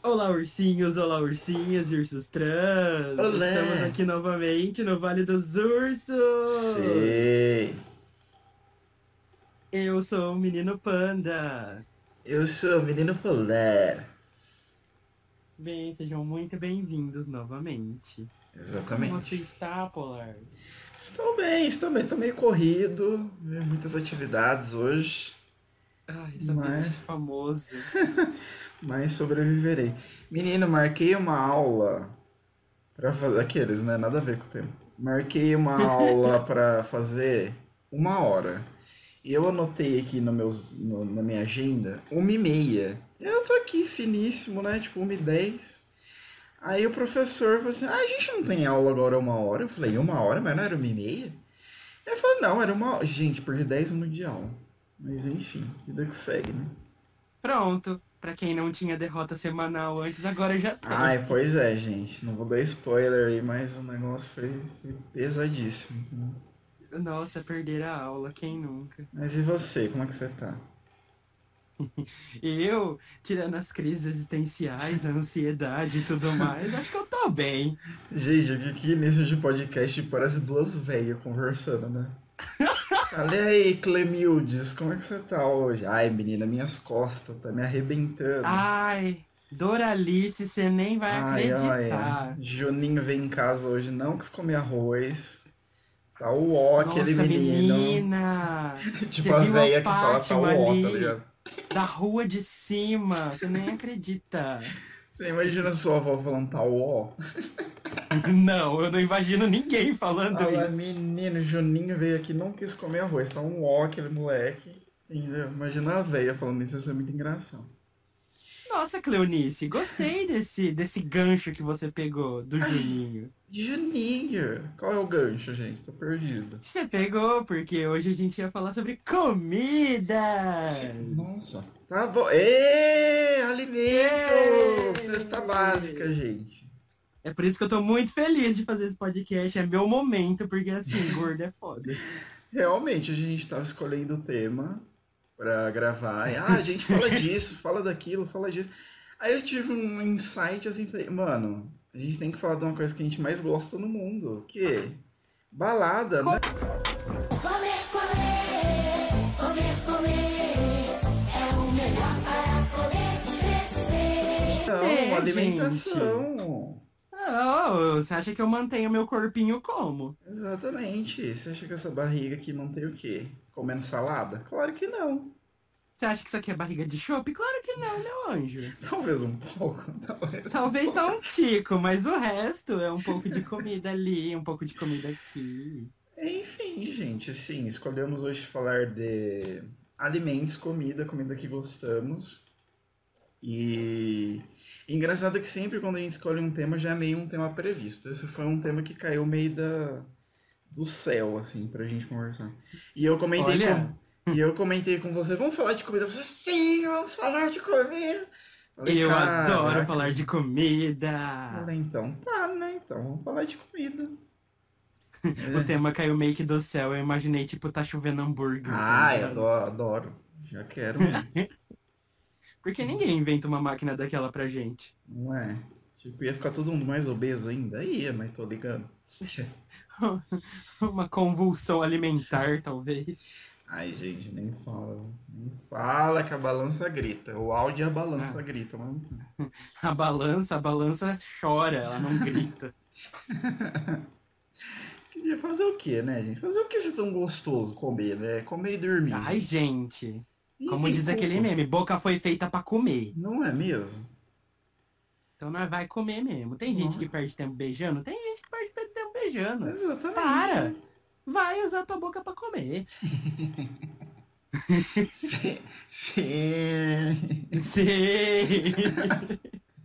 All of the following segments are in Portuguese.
Olá, ursinhos, olá, ursinhas e ursos trans! Estamos Olá! aqui novamente no Vale dos Ursos! Sei! Eu sou o Menino Panda! Eu sou o menino Polar. Bem, sejam muito bem-vindos novamente. Como você Exatamente. está, Polar? Estou bem, estou meio corrido, né, muitas atividades hoje, Ai, sabemos, mas, famoso. mas sobreviverei. Menino, marquei uma aula para fazer aqueles, né? Nada a ver com o tema. Marquei uma aula para fazer 1 hora. E eu anotei aqui na minha agenda 1h30. Eu tô aqui finíssimo, né? Tipo 1h10. Aí o professor falou assim: a gente não tem aula agora 1 hora. Eu falei: 1 hora? Mas não era 1h30? Ele falou: não, era 1 hora. Gente, perdi 10 minutos de aula. Mas enfim, vida que segue, né? Pronto, pra quem não tinha derrota semanal antes, agora já tem. Ai, pois é, gente. Não vou dar spoiler aí, mas o negócio foi pesadíssimo. Entendeu? Nossa, perder a aula, quem nunca? Mas e você, como é que você tá? Eu, tirando as crises existenciais, a ansiedade e tudo mais, acho que eu tô bem. Gente, que início de podcast parece duas velhas conversando, né? Falei aí, Clemildes, como é que você tá hoje? Ai, menina, minhas costas tá me arrebentando. Ai, Doralice, você nem vai Ai, olha, acreditar. Juninho veio em casa hoje, não quis comer arroz. Tá o ó, aquele Nossa, menino. menina, Tipo você a viu a véia que fala tá Fátima o ó, tá ali ligado? da rua de cima? Você nem acredita. Você imagina sua avó falando tá o ó? Não, eu não imagino ninguém falando Fala, isso. menino, Juninho veio aqui, não quis comer arroz. Tá um ó, aquele moleque. Entendeu? Imagina a véia falando isso, isso é muito engraçado. Nossa, Cleonice, gostei desse gancho que você pegou do Juninho. Juninho! Qual é o gancho, gente? Tô perdido. Você pegou, porque hoje a gente ia falar sobre comida. Nossa. Tá bom. Ê, alimento! Cesta básica, Ê! gente. É por isso que eu tô muito feliz de fazer esse podcast. É meu momento, porque assim, gordo é foda. Realmente, a gente tava escolhendo o tema pra gravar. E, a gente fala disso, fala daquilo, fala disso. Aí eu tive um insight assim, falei, mano, a gente tem que falar de uma coisa que a gente mais gosta no mundo. O quê? Balada, né? Comer, comer, comer, comer é o melhor para poder crescer. Não, É, gente. alimentação. Oh, você acha que eu mantenho meu corpinho como? Exatamente. Você acha que essa barriga aqui não tem o quê? Comendo salada? Claro que não. Você acha que isso aqui é barriga de chope? Claro que não, meu anjo. Talvez um pouco, talvez um Talvez pouco. só um tico, mas o resto é um pouco de comida ali, um pouco de comida aqui. Enfim, gente, sim, escolhemos hoje falar de alimentos, comida, comida que gostamos. E engraçado que sempre quando a gente escolhe um tema já é meio um tema previsto. Esse foi um tema que caiu meio do céu, assim, pra gente conversar. E eu comentei com, Olha, e eu comentei com você, vamos falar de comida? Você, sim, vamos falar de comida. Falei, eu adoro caraca. falar de comida. Falei, então tá, né? Então vamos falar de comida. O É. tema caiu meio que do céu. Eu imaginei, tipo, tá chovendo hambúrguer, tá Ai, ligado? adoro, adoro. Já quero muito. Porque ninguém inventa uma máquina daquela pra gente. Não é? Tipo, ia ficar todo mundo mais obeso ainda? Ia, mas tô ligando. Uma convulsão alimentar, talvez. Ai, gente, nem fala. Nem fala que a balança grita. O áudio e a balança Ah, grita, mas... a balança chora, ela não grita. Queria fazer o quê, né, gente? Fazer o que ser tão gostoso comer, né? Comer e dormir, Ai, gente. gente. Ninguém Como tem diz aquele culpa. meme, boca foi feita pra comer. Não é mesmo? Então nós vai comer mesmo. Tem gente Não que perde tempo beijando? Tem gente que perde tempo beijando. Exatamente. Para! Vai usar tua boca pra comer. Sim, sim. Sim!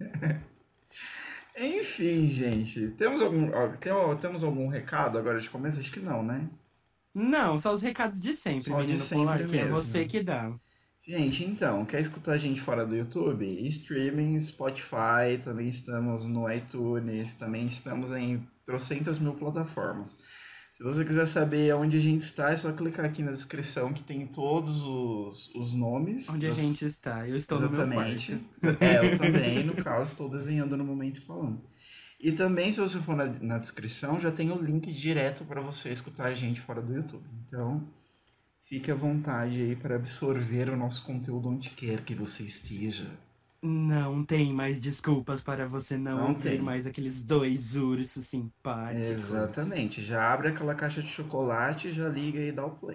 Enfim, gente. Temos algum recado agora de começo? Acho que não, né? Não, só os recados de sempre, Só de menino Polar, sempre que é você mesmo. que dá. Gente, então, quer escutar a gente fora do YouTube? Streaming, Spotify, também estamos no iTunes, também estamos em trocentas mil plataformas. Se Se você quiser saber onde a gente está, é só clicar aqui na descrição que tem todos os nomes. Onde a gente está? Eu estou no meu Exatamente. quarto. Eu também, no caso, estou desenhando no momento e falando. E também, se você for na descrição, já tem o link direto para você escutar a gente fora do YouTube. Então, fique à vontade aí para absorver o nosso conteúdo onde quer que você esteja. Não tem mais desculpas para você não Não ouvir tem. mais aqueles dois ursos simpáticos. Exatamente. Já abre aquela caixa de chocolate, já liga e dá o play.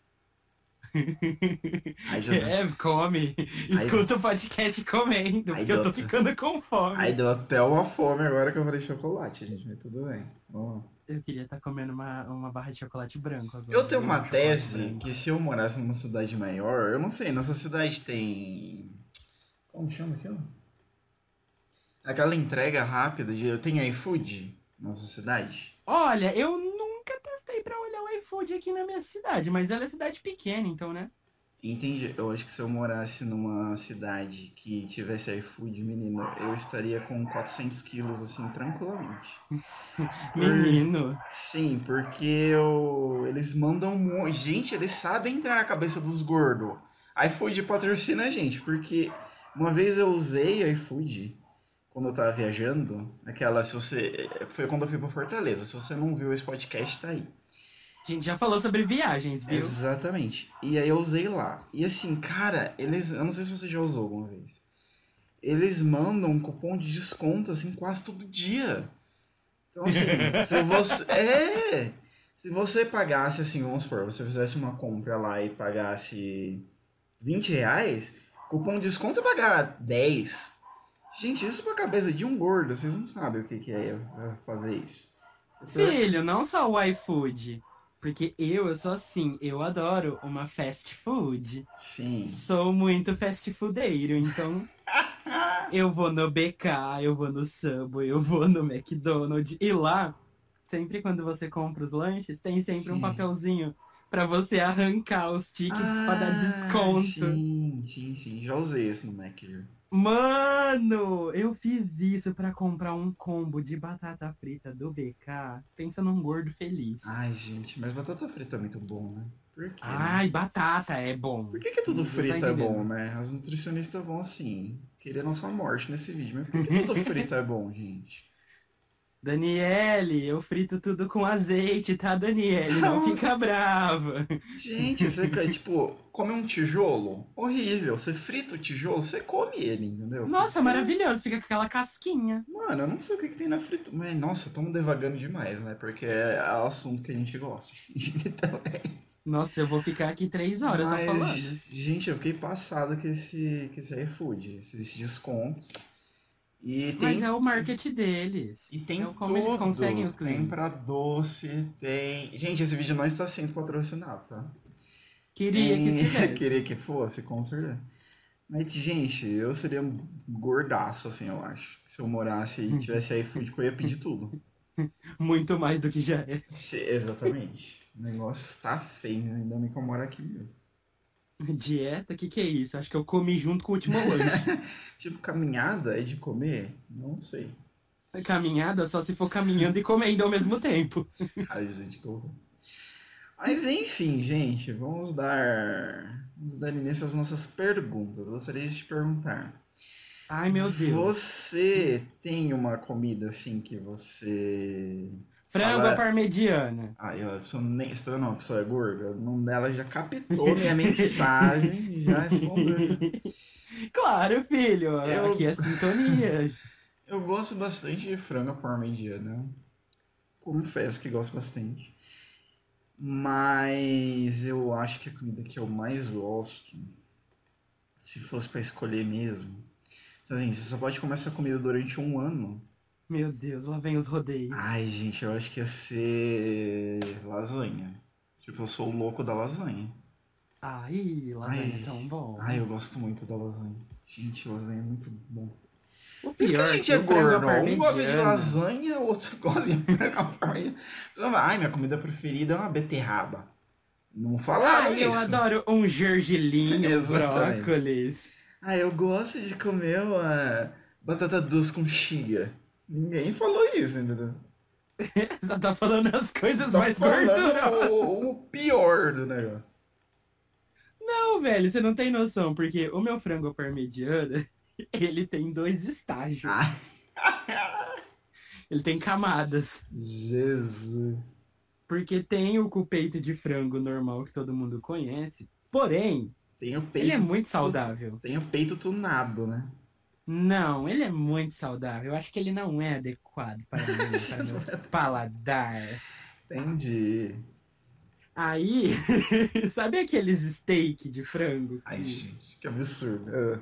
Aí já dá. Come. Aí- Escuta o podcast comendo, Aí porque eu tô deu- ficando com fome. Aí deu até uma fome agora que eu falei chocolate, gente, mas tudo bem. Vamos lá. Eu queria estar comendo uma barra de chocolate branco agora. Eu tenho uma chocolate tese branco. que se eu morasse numa cidade maior, eu não sei, na sua cidade tem. Como chama aquilo? Aquela entrega rápida de. Eu tenho iFood na sua cidade? Olha, eu nunca testei pra olhar o iFood aqui na minha cidade, mas ela é cidade pequena, então, né? Entendi. Eu acho que se eu morasse numa cidade que tivesse iFood, menino, eu estaria com 400 quilos, assim, tranquilamente. Menino. Sim, porque eles mandam muito. Gente, eles sabem entrar na cabeça dos gordos. iFood patrocina a gente, porque uma vez eu usei iFood quando eu tava viajando. Aquela, se você. Foi quando eu fui pra Fortaleza. Se você não viu esse podcast, tá aí. A gente já falou sobre viagens, viu? Exatamente. E aí eu usei lá. E assim, cara, eles. Eu não sei se você já usou alguma vez. Eles mandam um cupom de desconto, assim, quase todo dia. Então, assim, se você. Se você pagasse, assim, vamos supor, você fizesse uma compra lá e pagasse R$ 20, cupom de desconto você pagar 10. Gente, isso pra cabeça de um gordo, vocês não sabem o que é fazer isso. Filho, não só o iFood. Porque eu sou assim, eu adoro uma fast food. Sim. Sou muito fast foodeiro, então eu vou no BK, eu vou no Subway, eu vou no McDonald's. E lá, sempre quando você compra os lanches, tem sempre um Sim. papelzinho pra você arrancar os tickets pra dar desconto. Sim. Já usei isso no Mac. Já. Mano, eu fiz isso pra comprar um combo de batata frita do BK. Pensa num gordo feliz. Ai, gente, mas batata frita é muito bom, né? Por quê? Ai, batata é bom. Por que tudo Não tá frito é entendendo. bom, né? As nutricionistas vão assim, querendo a sua morte nesse vídeo. Mas por que tudo frito é bom, gente? Daniele, eu frito tudo com azeite, tá, Daniele? Não fica brava. Gente, você, tipo, come um tijolo? Horrível. Você frita o tijolo, você come ele, entendeu? Nossa, Porque- maravilhoso, fica com aquela casquinha. Mano, eu não sei o que tem na fritura. Mas, nossa, estamos devagando demais, né? Porque é o assunto que a gente gosta. Então é isso. Nossa, eu vou ficar aqui 3 horas só falando. Gente, eu fiquei passado com esse iFood, esses descontos. E Mas tem, é o marketing deles. e tem É como eles tudo. conseguem os Tem clientes. pra doce, tem... Gente, esse vídeo não está sendo patrocinado, tá? Queria que estivesse. Queria que fosse, com certeza. Mas, gente, eu seria um gordaço, assim, eu acho. Se eu morasse e tivesse iFood, eu ia pedir tudo. Muito mais do que já é. Exatamente. O negócio tá feio, né? Ainda bem que eu moro aqui mesmo. Dieta? Que é isso? Acho que eu comi junto com o último lanche. Tipo, caminhada é de comer? Não sei. Caminhada só se for caminhando e comendo ao mesmo tempo. Ai, gente, que horror. Mas enfim, gente, vamos dar início às nossas perguntas. Gostaria de te perguntar. Ai, meu Deus. Você tem uma comida assim que você. Frango Fala- à parmegiana. Ah, a pessoa nem. Você tá vendo? A pessoa é gorda. O nome dela já captou minha mensagem e já respondeu. Claro, filho. Eu- Aqui é sintonia. Eu gosto bastante de frango à parmegiana. Confesso que gosto bastante. Mas eu acho que a comida que eu mais gosto, se fosse pra escolher mesmo, assim, você só pode comer essa comida durante um ano. Meu Deus, lá vem os rodeios. Ai, gente, eu acho que ia ser lasanha. Tipo, eu sou o louco da lasanha. Ai, lasanha Ai. é tão bom. Ai, eu gosto muito da lasanha. Gente, lasanha é muito bom. O Por isso que a pior gente é é que o frango à gordo. Um gosta de parmegiana- lasanha, o outro gosta de frango à parmegiana. Você fala, ai, minha comida preferida é uma beterraba. Não falaram Ai, eu isso. adoro um gergelim, um Exatamente. brócolis. Ah, eu gosto de comer uma batata doce com chia. Ninguém falou isso, entendeu? Só tá falando as coisas Tá mais falando gordurosas. o pior do negócio. Não, velho, você não tem noção, porque o meu frango parmegiana, ele tem 2 estágios. Ah, Ele tem camadas. Jesus. Porque tem o com peito de frango normal que todo mundo conhece. Porém, Tem o peito. ele é muito saudável. Tem o peito tunado, né? Não, ele é muito saudável. Eu acho que ele não é adequado para mim, para meu paladar. Entendi. Aí, sabe aqueles steak de frango? Ai, gente, que absurdo. Ah.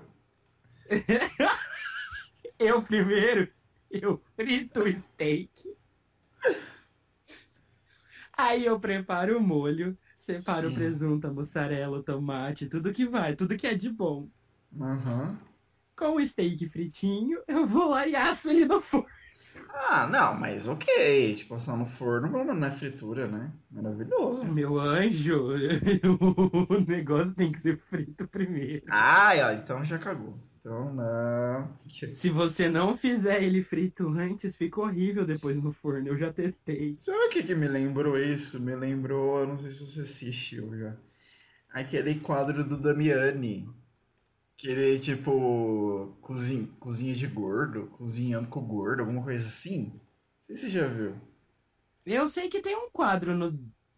Eu primeiro, eu frito o steak. Aí eu preparo o molho, separo o Sim. presunto, a mussarela, o tomate, tudo que vai, tudo que é de bom. Aham. Com o steak fritinho, eu vou lá e asso ele no forno. Ah, não, mas ok. Tipo, passar no forno, pelo menos não é fritura, né? Maravilhoso. Meu anjo, o negócio tem que ser frito primeiro. Ah, então já cagou. Então, não. Se você não fizer ele frito antes, fica horrível depois no forno. Eu já testei. Sabe o que que me lembrou isso? Me lembrou, eu não sei se você assistiu já. Aquele quadro do Damiani. Que ele, tipo, cozinha de gordo, cozinhando com gordo, alguma coisa assim. Não sei se você já viu. Eu sei que tem um quadro no.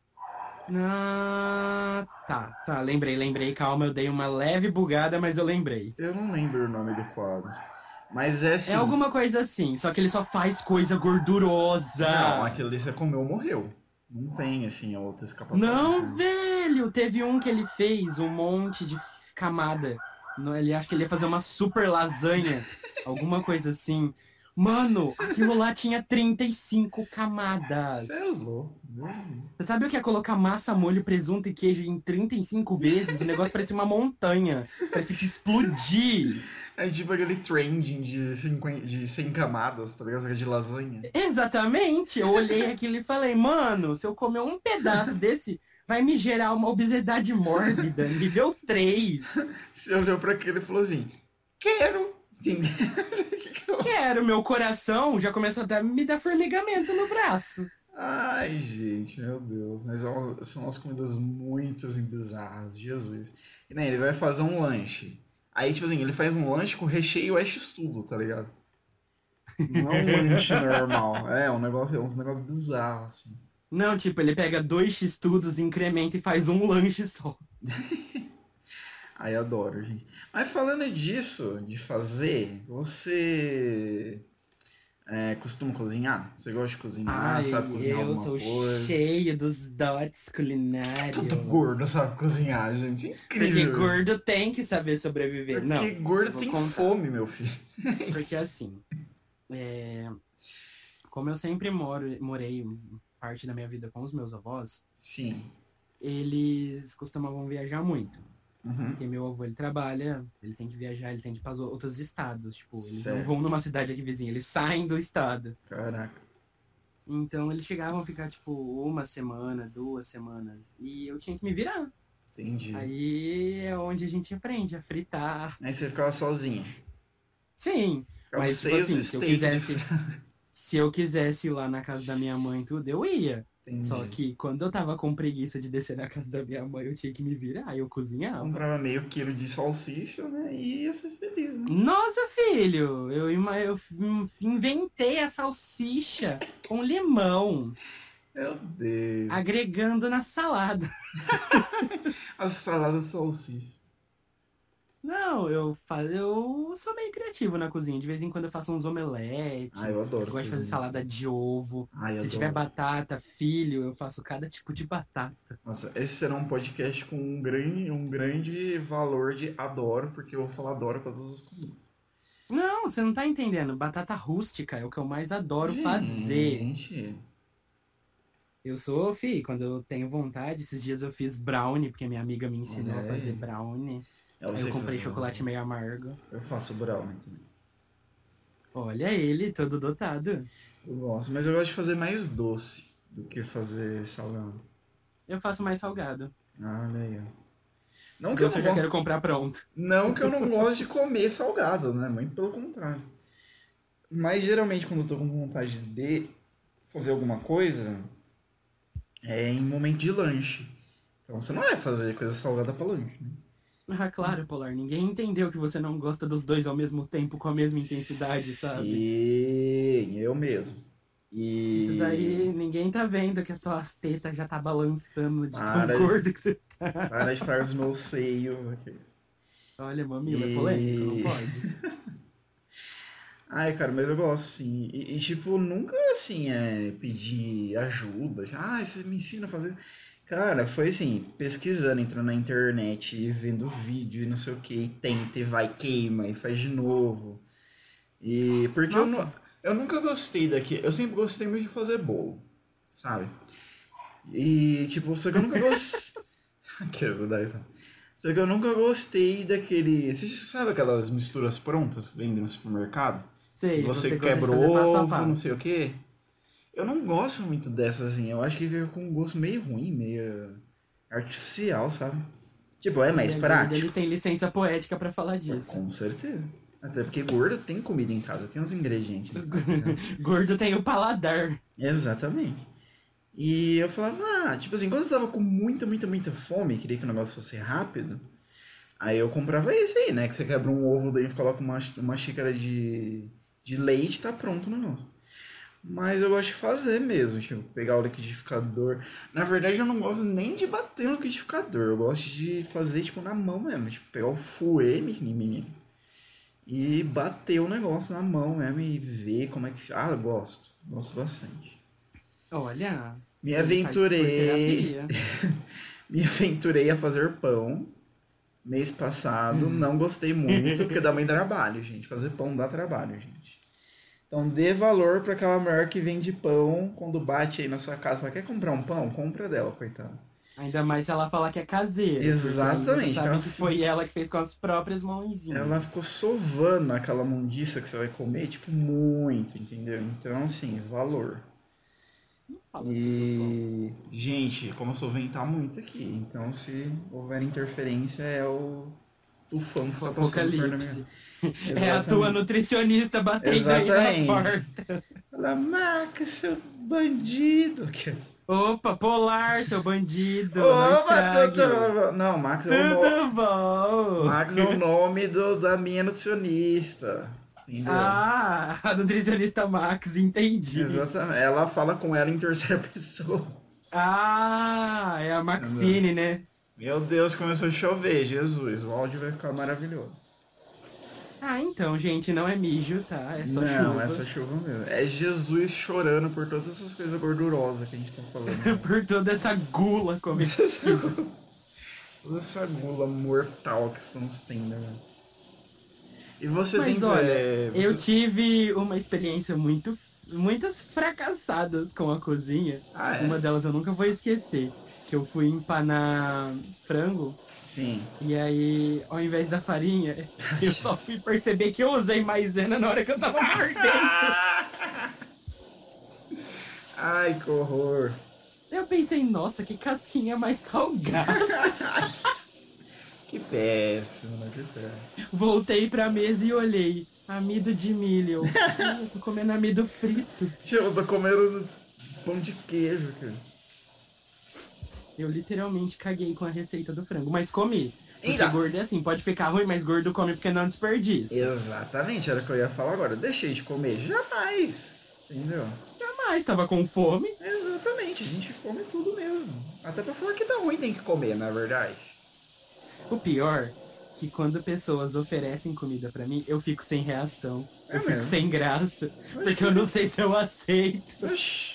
Tá, lembrei, calma, eu dei uma leve bugada, mas eu lembrei. Eu não lembro o nome do quadro. Mas é assim. É alguma coisa assim, só que ele só faz coisa gordurosa. Não, aquilo ali você comeu, morreu. Não tem, assim, a outra escapatória. Não, velho, teve um que ele fez um monte de camada. Ele acha que ele ia fazer uma super lasanha, alguma coisa assim. Mano, aquilo lá tinha 35 camadas. Você é louco. Deus me livre. Você sabe o que é colocar massa, molho, presunto e queijo em 35 vezes? O negócio parecia uma montanha. Parecia que ia explodir. É tipo aquele trending de 100 camadas, tá ligado? Só que é de lasanha. Exatamente. Eu olhei aquilo e falei, mano, se eu comer um pedaço desse, vai me gerar uma obesidade mórbida, nível 3. Você olhou pra aquele e falou assim: quero! Entendeu? Quero, meu coração já começou a me dar formigamento no braço. Ai, gente, meu Deus. Mas são umas comidas muito assim, bizarras, Jesus. E nem ele vai fazer um lanche. Aí, tipo assim, ele faz um lanche com recheio x-tudo, tá ligado? Não é um lanche normal. É uns negócios bizarros, assim. Não, tipo, ele pega 2 x-tudos, incrementa e faz um lanche só. Ai, adoro, gente. Mas falando disso, de fazer, você costuma cozinhar? Você gosta de cozinhar? Ai, Sabe cozinhar eu alguma sou coisa? cheio dos dotes culinários. Tudo gordo sabe cozinhar, gente. Porque Incrível. gordo tem que saber sobreviver. Porque Não, gordo vou tem contar. fome, meu filho. Porque assim, como eu sempre morei parte da minha vida com os meus avós, Sim. eles costumavam viajar muito. Uhum. Porque meu avô, ele trabalha, ele tem que viajar, ele tem que ir para outros estados. Tipo, eles não Certo. vão numa cidade aqui vizinha, eles saem do estado. Caraca. Então eles chegavam a ficar, tipo, 1 semana, 2 semanas. E eu tinha que me virar. Entendi. Aí é onde a gente aprende a fritar. Aí você ficava sozinho. Sim, Ficava mas tipo seis assim, se eu steaks de quisesse, se eu quisesse ir lá na casa da minha mãe e tudo, eu ia. Entendi. Só que quando eu tava com preguiça de descer na casa da minha mãe, eu tinha que me virar, aí eu cozinhava. Comprava meio quilo de salsicha, né? E ia ser feliz, né? Nossa, filho, eu inventei a salsicha com limão, Meu Deus. agregando na salada. A salada de salsicha. Não, eu sou meio criativo na cozinha. De vez em quando eu faço uns omeletes. Ah, eu adoro. Eu gosto de fazer cozinhar. salada de ovo. Ai, Se adoro. tiver batata, filho, eu faço cada tipo de batata. Nossa, esse será um podcast com um grande valor de adoro, porque eu vou falar adoro pra todas as comidas. Não, você não tá entendendo. Batata rústica é o que eu mais adoro fazer. Gente, Eu sou, quando eu tenho vontade, esses dias eu fiz brownie, porque minha amiga me ensinou Olha a fazer aí. brownie. Aí eu sei comprei fazer. chocolate meio amargo. Eu faço brownie também. Olha ele, todo dotado. Eu gosto, mas eu gosto de fazer mais doce do que fazer salgado. Eu faço mais salgado. Ah, olha aí, ó. Não que, Porque eu eu não já gosto, quero comprar pronto. não que eu não gosto de comer salgado, né? Muito pelo contrário. Mas geralmente quando eu tô com vontade de fazer alguma coisa em momento de lanche. Então você não vai fazer coisa salgada pra lanche, né? Ah, claro, Polar. Ninguém entendeu que você não gosta dos dois ao mesmo tempo, com a mesma intensidade, sabe? Sim, eu mesmo. Isso daí, E ninguém tá vendo que as tuas tetas já tá balançando de tão para, gordo que você... para de falar os meus seios aqui. Olha, mamilo, é polêmico, não E. pode. Ai, cara, mas eu gosto, sim. Tipo, nunca, assim, pedir ajuda. Você me ensina a fazer. Cara, foi assim, pesquisando, entrando na internet e vendo vídeo e não sei o que, e tenta e vai, queima e faz de novo. E porque Nossa, eu nunca gostei daqui, eu sempre gostei muito de fazer bolo, sabe? E tipo, só que eu nunca gostei. Só que eu nunca gostei daquele. Você sabe aquelas misturas prontas que vendem no supermercado? Que sei, você você gosta de quebra o fazer passo a ovo, não passo. sei o quê. Eu não gosto muito dessas, assim. Eu acho que fica com um gosto meio ruim, meio artificial, sabe? Tipo, é Ele mais é gordo, ele prático. tem licença poética pra falar disso. Com certeza. Até porque gordo tem comida em casa, tem os ingredientes em casa, né? Gordo tem o paladar. Exatamente. E eu falava, tipo assim, quando eu tava com muita, muita, muita fome, queria que o negócio fosse rápido, aí eu comprava esse aí, né? Que você quebra um ovo dentro, coloca uma xícara de leite, tá pronto o negócio. Mas eu gosto de fazer mesmo, tipo, pegar o liquidificador. Na verdade, eu não gosto nem de bater no liquidificador, eu gosto de fazer, tipo, na mão mesmo. Tipo, pegar o fouet, menino, e bater o negócio na mão mesmo e ver como é que... Ah, eu gosto. Gosto bastante. Olha, Me ele faz por aventurei... terapia. Me aventurei a fazer pão mês passado. Não gostei muito, porque dá muito trabalho, gente. Fazer pão dá trabalho, gente. Então dê valor para aquela mulher que vende pão quando bate aí na sua casa. Fala, quer comprar um pão? Compra dela, coitada. Ainda mais se ela falar que é caseiro, porque aí você Exatamente. sabe que foi ela que fez com as próprias mãozinhas. Ela ficou sovando aquela mundiça que você vai comer, tipo, muito, entendeu? Então, assim, valor. Fala assim do pão. E, gente, como eu ventar muito aqui, então se houver interferência é o tufão que O está passando perto da minha. apocalipse. É a tua Exatamente. nutricionista batendo aí na Exatamente. porta. Ela, Maca, seu bandido. Opa, Polar, seu bandido, não Opa, estrague. não, Max é o nome. Tudo bom? Max é o nome da minha nutricionista. Entendeu? Ah, a nutricionista Max, entendi. Exatamente. Ela fala com ela em terceira pessoa. Ah, é a Maxine, né? Meu Deus, começou a chover, Jesus. O áudio vai ficar maravilhoso. Ah, então, gente, não é mijo, tá? É só Não, chuva. é só chuva mesmo. É Jesus chorando por todas essas coisas gordurosas que a gente tá falando. Por toda essa gula comestível. Toda essa gula mortal que estamos tendo, né? E você Mas tem... olha, você- eu tive uma experiência muitas fracassadas com a cozinha. Ah, é? Uma delas eu nunca vou esquecer. Que eu fui empanar frango. Sim. E aí, ao invés da farinha, eu só fui perceber que eu usei maisena na hora que eu tava mordendo. Ai, que horror. Eu pensei, nossa, que casquinha mais salgada. Que péssimo, né? Que péssimo. Voltei pra mesa e olhei. Amido de milho. Eu tô comendo amido frito. Tio, eu tô comendo pão de queijo, cara. Eu literalmente caguei com a receita do frango, mas comi. Porque Ainda. gordo é assim, pode ficar ruim, mas gordo come porque não desperdiça. Exatamente, era o que eu ia falar agora. Deixei de comer. Jamais. Entendeu? Jamais, tava com fome. Exatamente, a gente come tudo mesmo. Até pra falar que tá ruim tem que comer, na verdade. O pior, que quando pessoas oferecem comida pra mim, eu fico sem reação. É Eu fico mesmo? sem graça. Porque eu não sei se eu aceito. Oxi.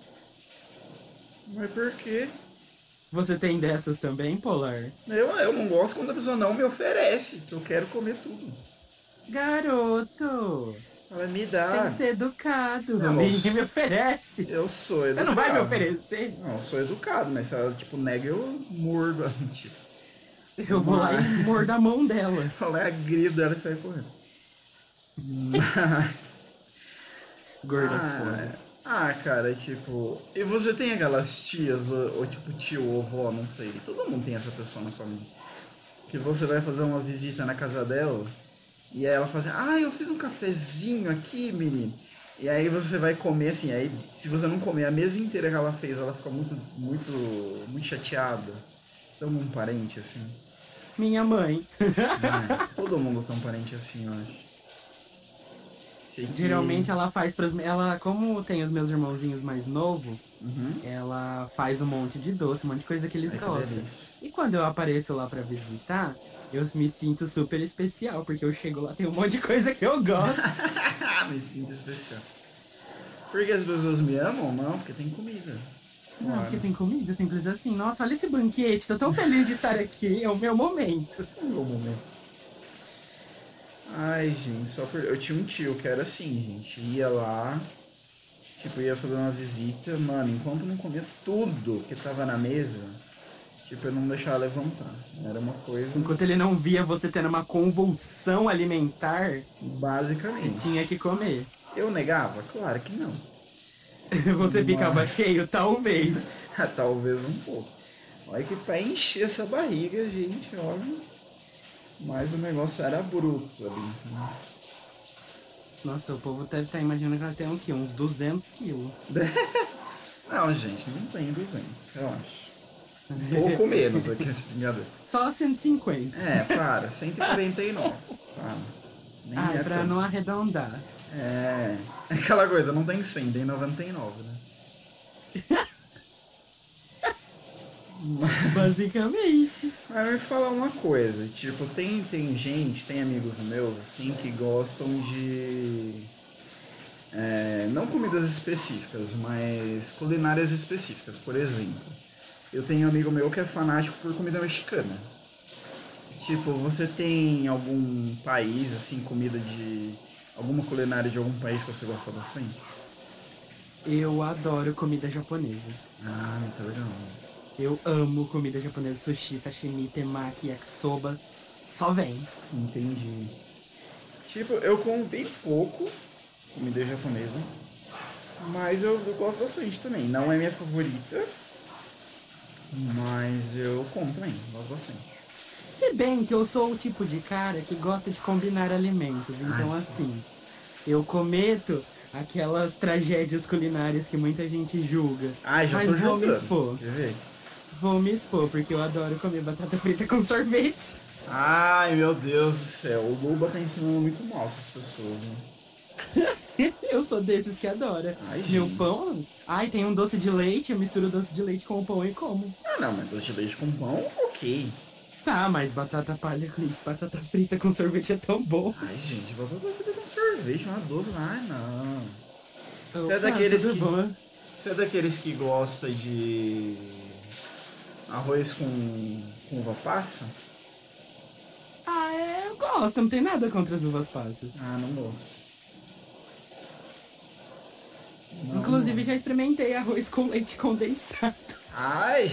Mas por quê? Você tem dessas também, Polar? Eu não gosto quando a pessoa não me oferece, que eu quero comer tudo. Garoto, Ela me tem dá. que ser educado. Não, Ninguém me oferece. Eu sou Você educado. não vai me oferecer? Não, eu sou educado, mas se ela, tipo, nega, eu mordo a mentira. Eu vou lá e mordo a mão dela. Ela é agrida ela e sai correndo. Mas... Gorda foda. Cara, tipo... E você tem aquelas tias, ou tipo tio ou avó, não sei. Todo mundo tem essa pessoa na família. Que você vai fazer uma visita na casa dela, e aí ela fala assim, eu fiz um cafezinho aqui, menino. E aí você vai comer assim, aí se você não comer a mesa inteira que ela fez, ela fica muito chateada. Você tem algum parente assim? Minha mãe. Todo mundo tem um parente assim, eu acho. Sei que... Geralmente ela faz pros. Ela, como tem os meus irmãozinhos mais novos, Uhum. ela faz um monte de doce, um monte de coisa que eles Ai, que gostam. delícia. E quando eu apareço lá pra visitar, eu me sinto super especial, porque eu chego lá, tem um monte de coisa que eu gosto. Me sinto especial. Porque as pessoas me amam? Não, porque tem comida. Não, Claro. porque tem comida, simples assim. Nossa, olha esse banquete, tô tão feliz de estar aqui, é o meu momento. É o meu momento. Ai, gente, eu tinha um tio que era assim, gente. Ia lá, tipo, ia fazer uma visita, mano, enquanto não comia tudo que tava na mesa, tipo, eu não deixava levantar. Era uma coisa, Enquanto ele não via você tendo uma convulsão alimentar, basicamente. tinha que comer. Eu negava? Claro que não. Você ficava Mas- cheio, talvez. Talvez um pouco. Olha que pra encher essa barriga, gente, olha. Mas o negócio era bruto ali. Então... Nossa, o povo deve estar imaginando que ela tem o quê? Uns 200 quilos. Não, gente, não tem 200, relaxa. Um pouco menos aqui esse pingador. Só 150. É, para, 149. Para. Nem Ai, é pra tanto. não arredondar. É. Aquela coisa, não tem 100, tem 99, né? Basicamente. Mas me fala uma coisa, tipo, tem gente, tem amigos meus, assim, que gostam de... não comidas específicas, mas culinárias específicas. Por exemplo, eu tenho um amigo meu que é fanático por comida mexicana. Tipo, você tem algum país, assim, comida de... alguma culinária de algum país que você gosta bastante? Eu adoro comida japonesa. Ah, tá legal. Eu amo comida japonesa. Sushi, sashimi, temaki, yakisoba. Só vem. Entendi. Tipo, eu como bem pouco comida japonesa, mas eu gosto bastante também. Não é minha favorita, mas eu como também, gosto bastante. Se bem que eu sou o tipo de cara que gosta de combinar alimentos. Então, assim, eu cometo aquelas tragédias culinárias que muita gente julga. Ai, já Mas tô vou me jogando. expor. Quer ver? Vou me expor, porque eu adoro comer batata frita com sorvete. Ai, meu Deus do céu. O Luba tá ensinando muito mal essas pessoas, né? Eu sou desses que adora. Ai, Meu gente. pão, ai, tem um doce de leite, eu misturo doce de leite com o pão e como. Ah, não, mas doce de leite com pão, ok. Tá, mas batata frita com sorvete é tão bom. Ai, gente, batata frita com sorvete, uma doce. Ai, não. Você é Opa, daqueles tudo que... bom? Você é daqueles que gosta de arroz com uva passa? Ah, é, eu gosto, não tem nada contra as uvas passas. Ah, não gosto. Não, Inclusive, não. já experimentei arroz com leite condensado. Ai!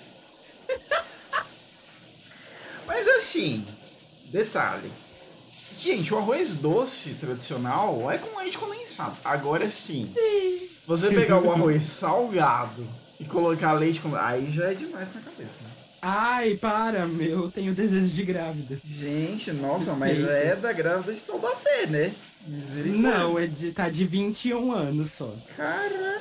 Mas assim, detalhe. Gente, o arroz doce tradicional é com leite condensado. Agora sim, se você pegar o arroz salgado e colocar leite condensado, aí já é demais pra cabeça, né? Ai, para, meu, tenho desejo de grávida. Gente, nossa, mas Respeita. é da grávida de Taubaté, né? Misericórdia. Não, tá de 21 anos só. Cara,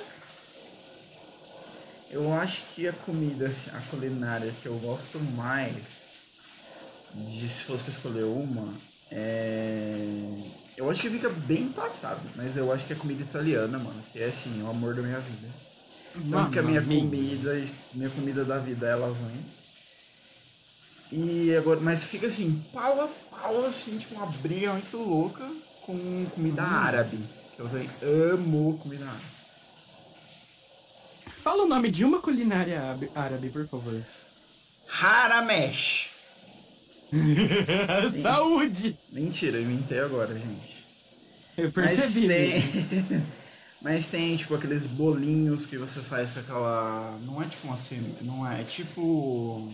eu acho que a comida, a culinária que eu gosto mais, de se fosse pra escolher uma, eu acho que fica bem empatado, mas eu acho que é comida italiana, mano, que é assim, o amor da minha vida. Tanto que a minha comida da vida é lasanha. E agora, mas fica assim, pau a pau, assim, tipo uma briga muito louca com comida árabe. Eu também amo comida árabe. Fala o nome de uma culinária árabe, por favor. Haramesh. Saúde! Mentira, eu inventei agora, gente. Eu Mas percebi. tem... Mas tem, tipo, aqueles bolinhos que você faz com aquela... Não é tipo uma não é tipo...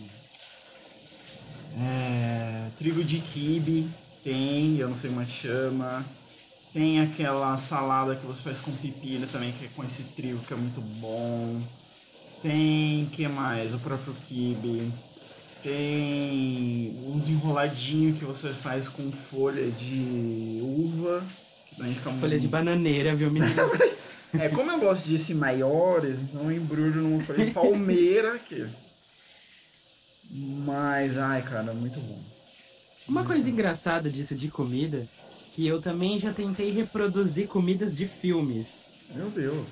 Trigo de quibe. Tem, eu não sei como é que chama. Tem aquela salada que você faz com pepino também, que é com esse trigo que é muito bom. Tem, que mais? O próprio quibe. Tem uns enroladinhos que você faz com folha de uva, A gente fica Folha de bananeira, viu, menina? É, como eu gosto disso em maiores, então eu embrulho numa folha de palmeira aqui. Mas, ai, cara, muito bom. Uma coisa engraçada disso de comida, que eu também já tentei reproduzir comidas de filmes. Meu Deus.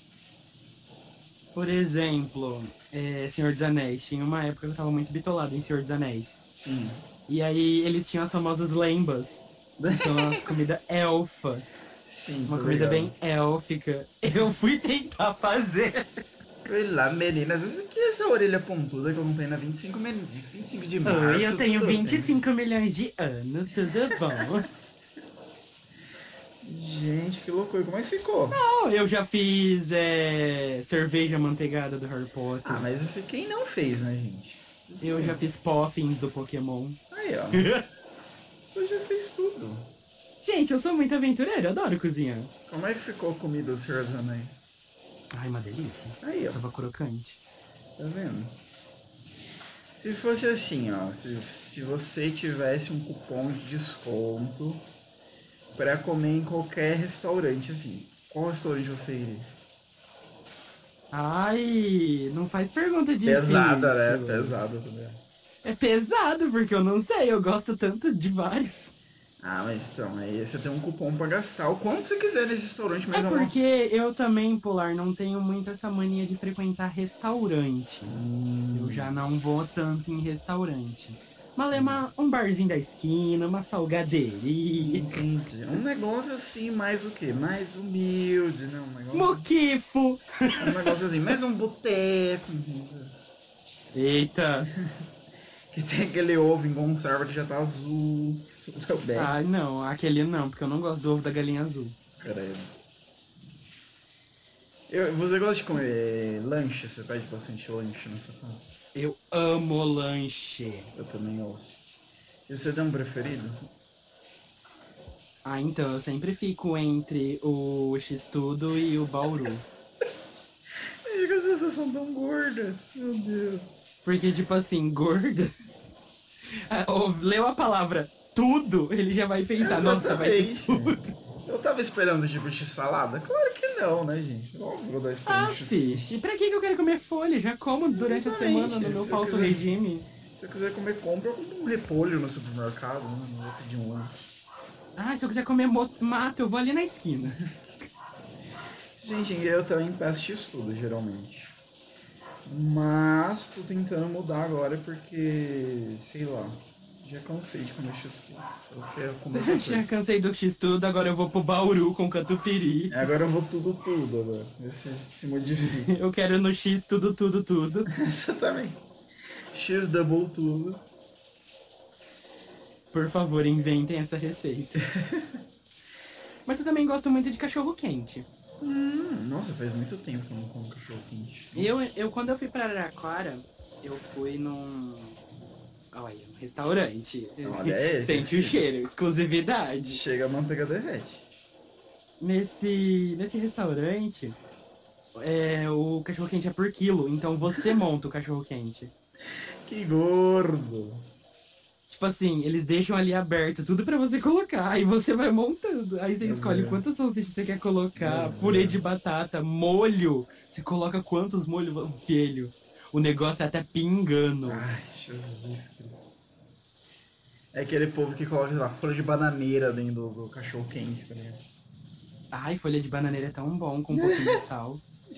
Por exemplo, Senhor dos Anéis. Tinha uma época que eu tava muito bitolado em Senhor dos Anéis. Sim. E aí eles tinham as famosas lembas, que são uma comida elfa. Sim, Uma tô comida ligado. bem élfica. Eu fui tentar fazer. Sei lá, meninas, essa aqui é essa orelha pontuda que eu não tenho na 25 de março. Oi, eu tenho tudo bem. 25 milhões de anos, tudo bom? Gente, que loucura. Como é que ficou? Oh, eu já fiz cerveja manteigada do Harry Potter. Ah, mas esse quem não fez, né, gente? Eu já fiz Poffins do Pokémon. Aí, ó. Você já fez tudo. Gente, eu sou muito aventureiro, eu adoro cozinhar. Como é que ficou a comida do Senhor dos Anéis? Ai, uma delícia. Aí, ó. Tava crocante. Tá vendo? Se fosse assim, ó. Se você tivesse um cupom de desconto pra comer em qualquer restaurante, assim, qual restaurante você iria? Ai, não faz pergunta difícil. Pesada, né? Pesada também. É pesado, porque eu não sei, eu gosto tanto de vários. Ah, mas então, aí você tem um cupom pra gastar o quanto você quiser nesse restaurante, mas É é uma... porque eu também, Polar, não tenho muito essa mania de frequentar restaurante. Eu já não vou tanto em restaurante. Mas é um barzinho da esquina, uma salgadeirinha. Entendi. Um negócio assim, mais o quê? Mais humilde, né? Um negócio, Moquifo! um negócio assim, mais um boteco, entendeu? Eita! Que tem aquele ovo em conserva que já tá azul. Tudo bem. Ah, não, aquele não, porque eu não gosto do ovo da galinha azul. Credo. Você gosta de comer lanche? Você pede bastante lanche na sua casa? Eu amo lanche. Eu também ouço. E você tem um preferido? Ah, então, eu sempre fico entre o X-Tudo e o Bauru. Ai, que vocês são tão gordas. Meu Deus. Porque, tipo assim, gorda... Leu a palavra tudo, ele já vai pensar, nossa, vai ter Exatamente. tudo. Eu tava esperando tipo x-salada? Claro que não, né, gente? Óbvio que eu tava esperando Ah, x fixe, pra que eu quero comer folha? Já como durante a Exatamente, semana no meu se eu falso quiser. regime. Se eu quiser comer compra, eu compro um repolho no supermercado, né? Não vou pedir um lanche. Ah, se eu quiser comer mato, eu vou ali na esquina. Gente, eu também peço x-tudo, geralmente. Mas tô tentando mudar agora porque, sei lá, já cansei de comer x-tudo. Eu quero comer outra Já coisa. cansei do X-Tudo, agora eu vou pro Bauru com catupiry. Agora eu vou tudo agora. Ver se modifica. Eu quero no X tudo. Exatamente. X-double tudo. Por favor, inventem essa receita. Mas eu também gosto muito de cachorro quente. Nossa, faz muito tempo que eu não como cachorro quente. Quando eu fui pra Araraquara, eu fui num... Olha, um restaurante. Olha aí. Sente o cheiro, exclusividade. Chega a manteiga derrete. Nesse restaurante, o cachorro quente é por quilo, então você monta o cachorro quente. Que gordo. Tipo assim, eles deixam ali aberto tudo pra você colocar, aí você vai montando. Aí você Meu escolhe Deus. quantas salsichas você quer colocar, Meu purê Deus. de batata, molho. Você coloca quantos molhos, filho. O negócio é até pingando. Ai, Jesus Cristo. É aquele povo que coloca, sei lá, folha de bananeira dentro do cachorro quente, tá ligado? Ai, folha de bananeira é tão bom com um pouquinho de sal.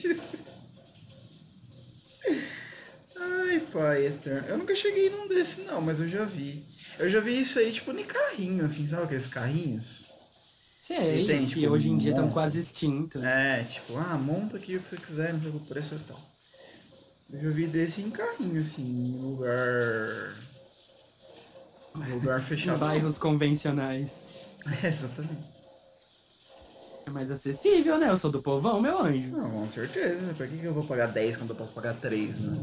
Ai, pai eterno. Eu nunca cheguei num desse não, mas eu já vi. Eu já vi isso aí, tipo, em carrinho, assim, sabe aqueles carrinhos? Sei, E tem, que tipo, hoje em dia estão monta. quase extintos. É, tipo, monta aqui o que você quiser, não sei o preço e tal. Eu já vi desse em carrinho, assim, em lugar Em fechado. bairros convencionais. É, exatamente. É mais acessível, né? Eu sou do povão, meu anjo. Não, com certeza. Pra que eu vou pagar 10 quando eu posso pagar 3, né?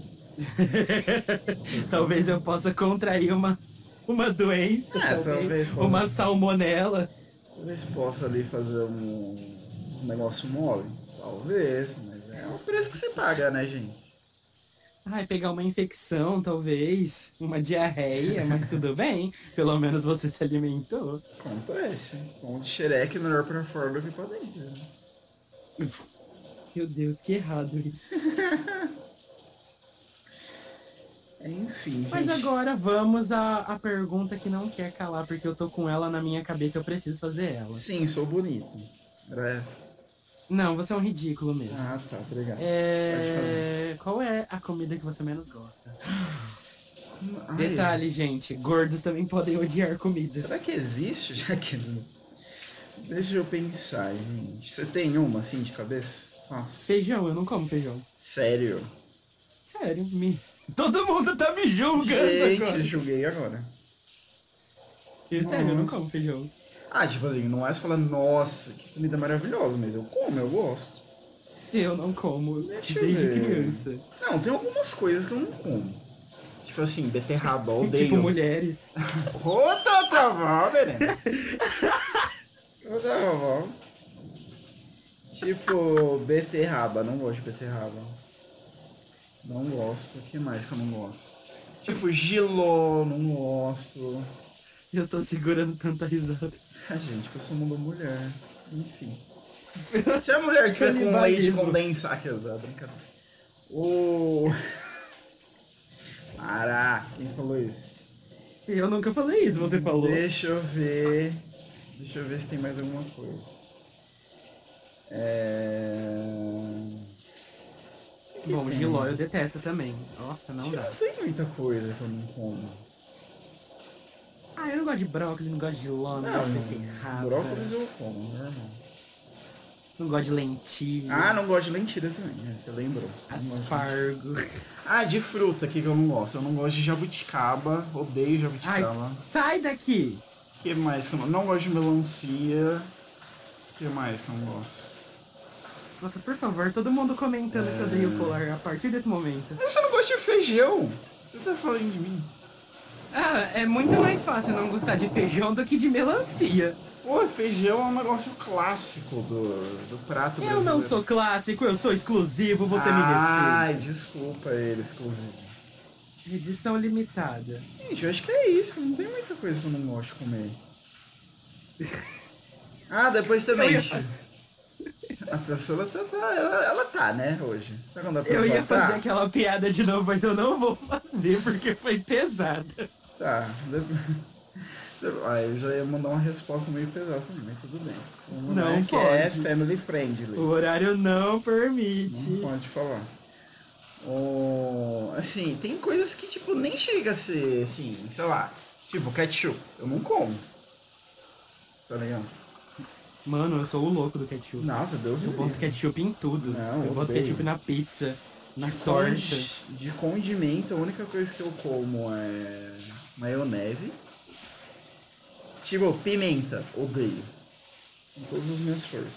Talvez eu possa contrair uma doença, talvez possa. uma salmonela. Talvez possa ali fazer uns negócios mole. Talvez, mas é o preço que você paga, né, gente? Ai, pegar uma infecção, talvez, uma diarreia, mas tudo bem. Pelo menos você se alimentou. Acontece. Pão de xereque é melhor pra fora do que pra dentro. Né? Meu Deus, que errado isso. Enfim, Mas gente. agora vamos à pergunta que não quer calar, porque eu tô com ela na minha cabeça e eu preciso fazer ela. Sim, sou bonito. Era essa. Não, você é um ridículo mesmo. Ah, tá, obrigado. Qual é a comida que você menos gosta? Ai, Detalhe, gente, gordos também podem odiar comidas. será que existe? Já que. Deixa eu pensar, gente. Você tem uma assim de cabeça? Nossa. Feijão, eu não como feijão. Sério? Sério, todo mundo tá me julgando Gente, agora. julguei agora. Sério, eu não Nossa. como feijão. Ah, tipo assim, não é você falar, nossa, que comida maravilhosa, mas eu como, eu gosto. Eu não como Deixa eu desde ver. criança. Não, tem algumas coisas que eu não como. Tipo assim, beterraba, odeio. Tipo mulheres. Outra travão, Verena. Outra travão. Tipo, beterraba, não gosto de beterraba. Não gosto. O que mais que eu não gosto? Tipo, giló, não gosto. Eu tô segurando tanta risada. Ah, gente, que eu sou uma mulher. Enfim. Se a mulher tiver com leite Canibalismo. condensado. Aqui, brincadeira. O. Para, quem falou isso? Eu nunca falei isso, você falou. Deixa eu ver. Deixa eu ver se tem mais alguma coisa. Bom, tem? giló eu detesto também. Nossa, não dá. Não tem muita coisa que eu não como. Ah, eu não gosto de brócolis, não gosto de giló, não, gosto de beterraba. Brócolis eu como, normal. Não gosto de lentilha. Ah, não gosto de lentilha também, né? Você lembrou. Não gosto de- Aspargo. Ah, de fruta aqui que eu não gosto. Eu não gosto de jabuticaba, odeio Ai, jabuticaba. sai daqui! O que mais que eu não gosto de melancia? O que mais que eu não gosto? Nossa, por favor, todo mundo comentando que eu odeio polar a partir desse momento. Você não gosta de feijão? Você tá falando de mim? Ah, é muito mais fácil não gostar de feijão do que de melancia. Pô, feijão é um negócio clássico do prato Eu brasileiro. não sou clássico, eu sou exclusivo, você me Ai, desculpa ele, exclusivo. respeita. Edição limitada. Gente, eu acho que é isso. Não tem muita coisa que eu não gosto de comer. Ah, depois também. Eu ia- A pessoa ela tá, né, hoje. Sabe quando a pessoa Eu ia tá? fazer aquela piada de novo, mas eu não vou fazer porque foi pesada. Tá. Ah, eu já ia mandar uma resposta meio pesada também, mas tudo bem. Vamos Não lá, que é pode. family friendly. O horário não permite. Não pode falar. Assim, tem coisas que, tipo, nem chega a ser, assim, sei lá, tipo, ketchup. Eu não como. Tá ligado? Mano, eu sou o louco do ketchup. Nossa, Deus me Eu boto livre. ketchup em tudo. Não, eu boto odeio. ketchup na pizza, na torta. De condimento, a única coisa que eu como é maionese. Tipo, pimenta. Odeio. Com todas as minhas forças.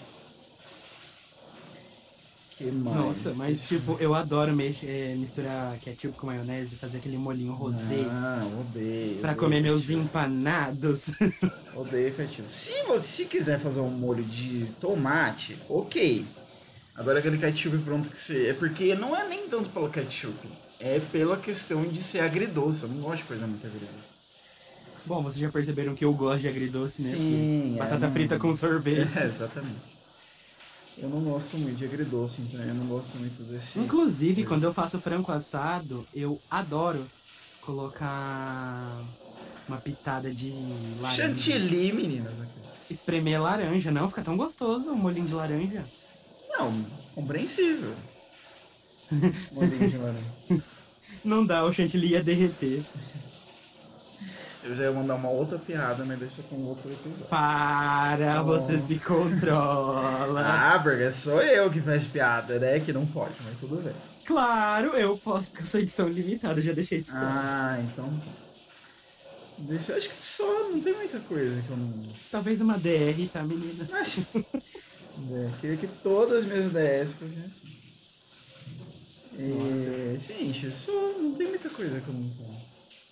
Que mais? Nossa, mas tipo, eu adoro misturar ketchup com maionese e fazer aquele molinho rosé Não, odeio. pra odeio comer meus ketchup. empanados. Odeio ketchup. Se quiser fazer um molho de tomate, ok. Agora aquele ketchup pronto que você... É porque não é nem tanto pelo ketchup. É pela questão de ser agridoce. Eu não gosto de coisa muito agridoce. Bom, vocês já perceberam que eu gosto de agridoce, né? Sim, Porque batata frita com sorvete. É, exatamente. Eu não gosto muito de agridoce, então eu não gosto muito desse... Inclusive, quando eu faço frango assado, eu adoro colocar uma pitada de laranja. Chantilly, meninas. Espremer laranja, não? Fica tão gostoso um molhinho de laranja. Não, compreensível. Molinho de laranja. Não dá, o chantilly ia derreter. Eu já ia mandar uma outra piada, mas deixa com outro episódio. Para, você se controla. Ah, porque sou eu que faz piada, né? Que não pode, mas tudo bem. Claro, eu posso, porque eu sou edição limitada, já deixei isso claro. Ah, então... Deixa, acho que só, não tem muita coisa que eu não... Talvez uma DR, tá, menina? Queria que todas as minhas ideias fossem assim. Gente, só não tem muita coisa que eu não como.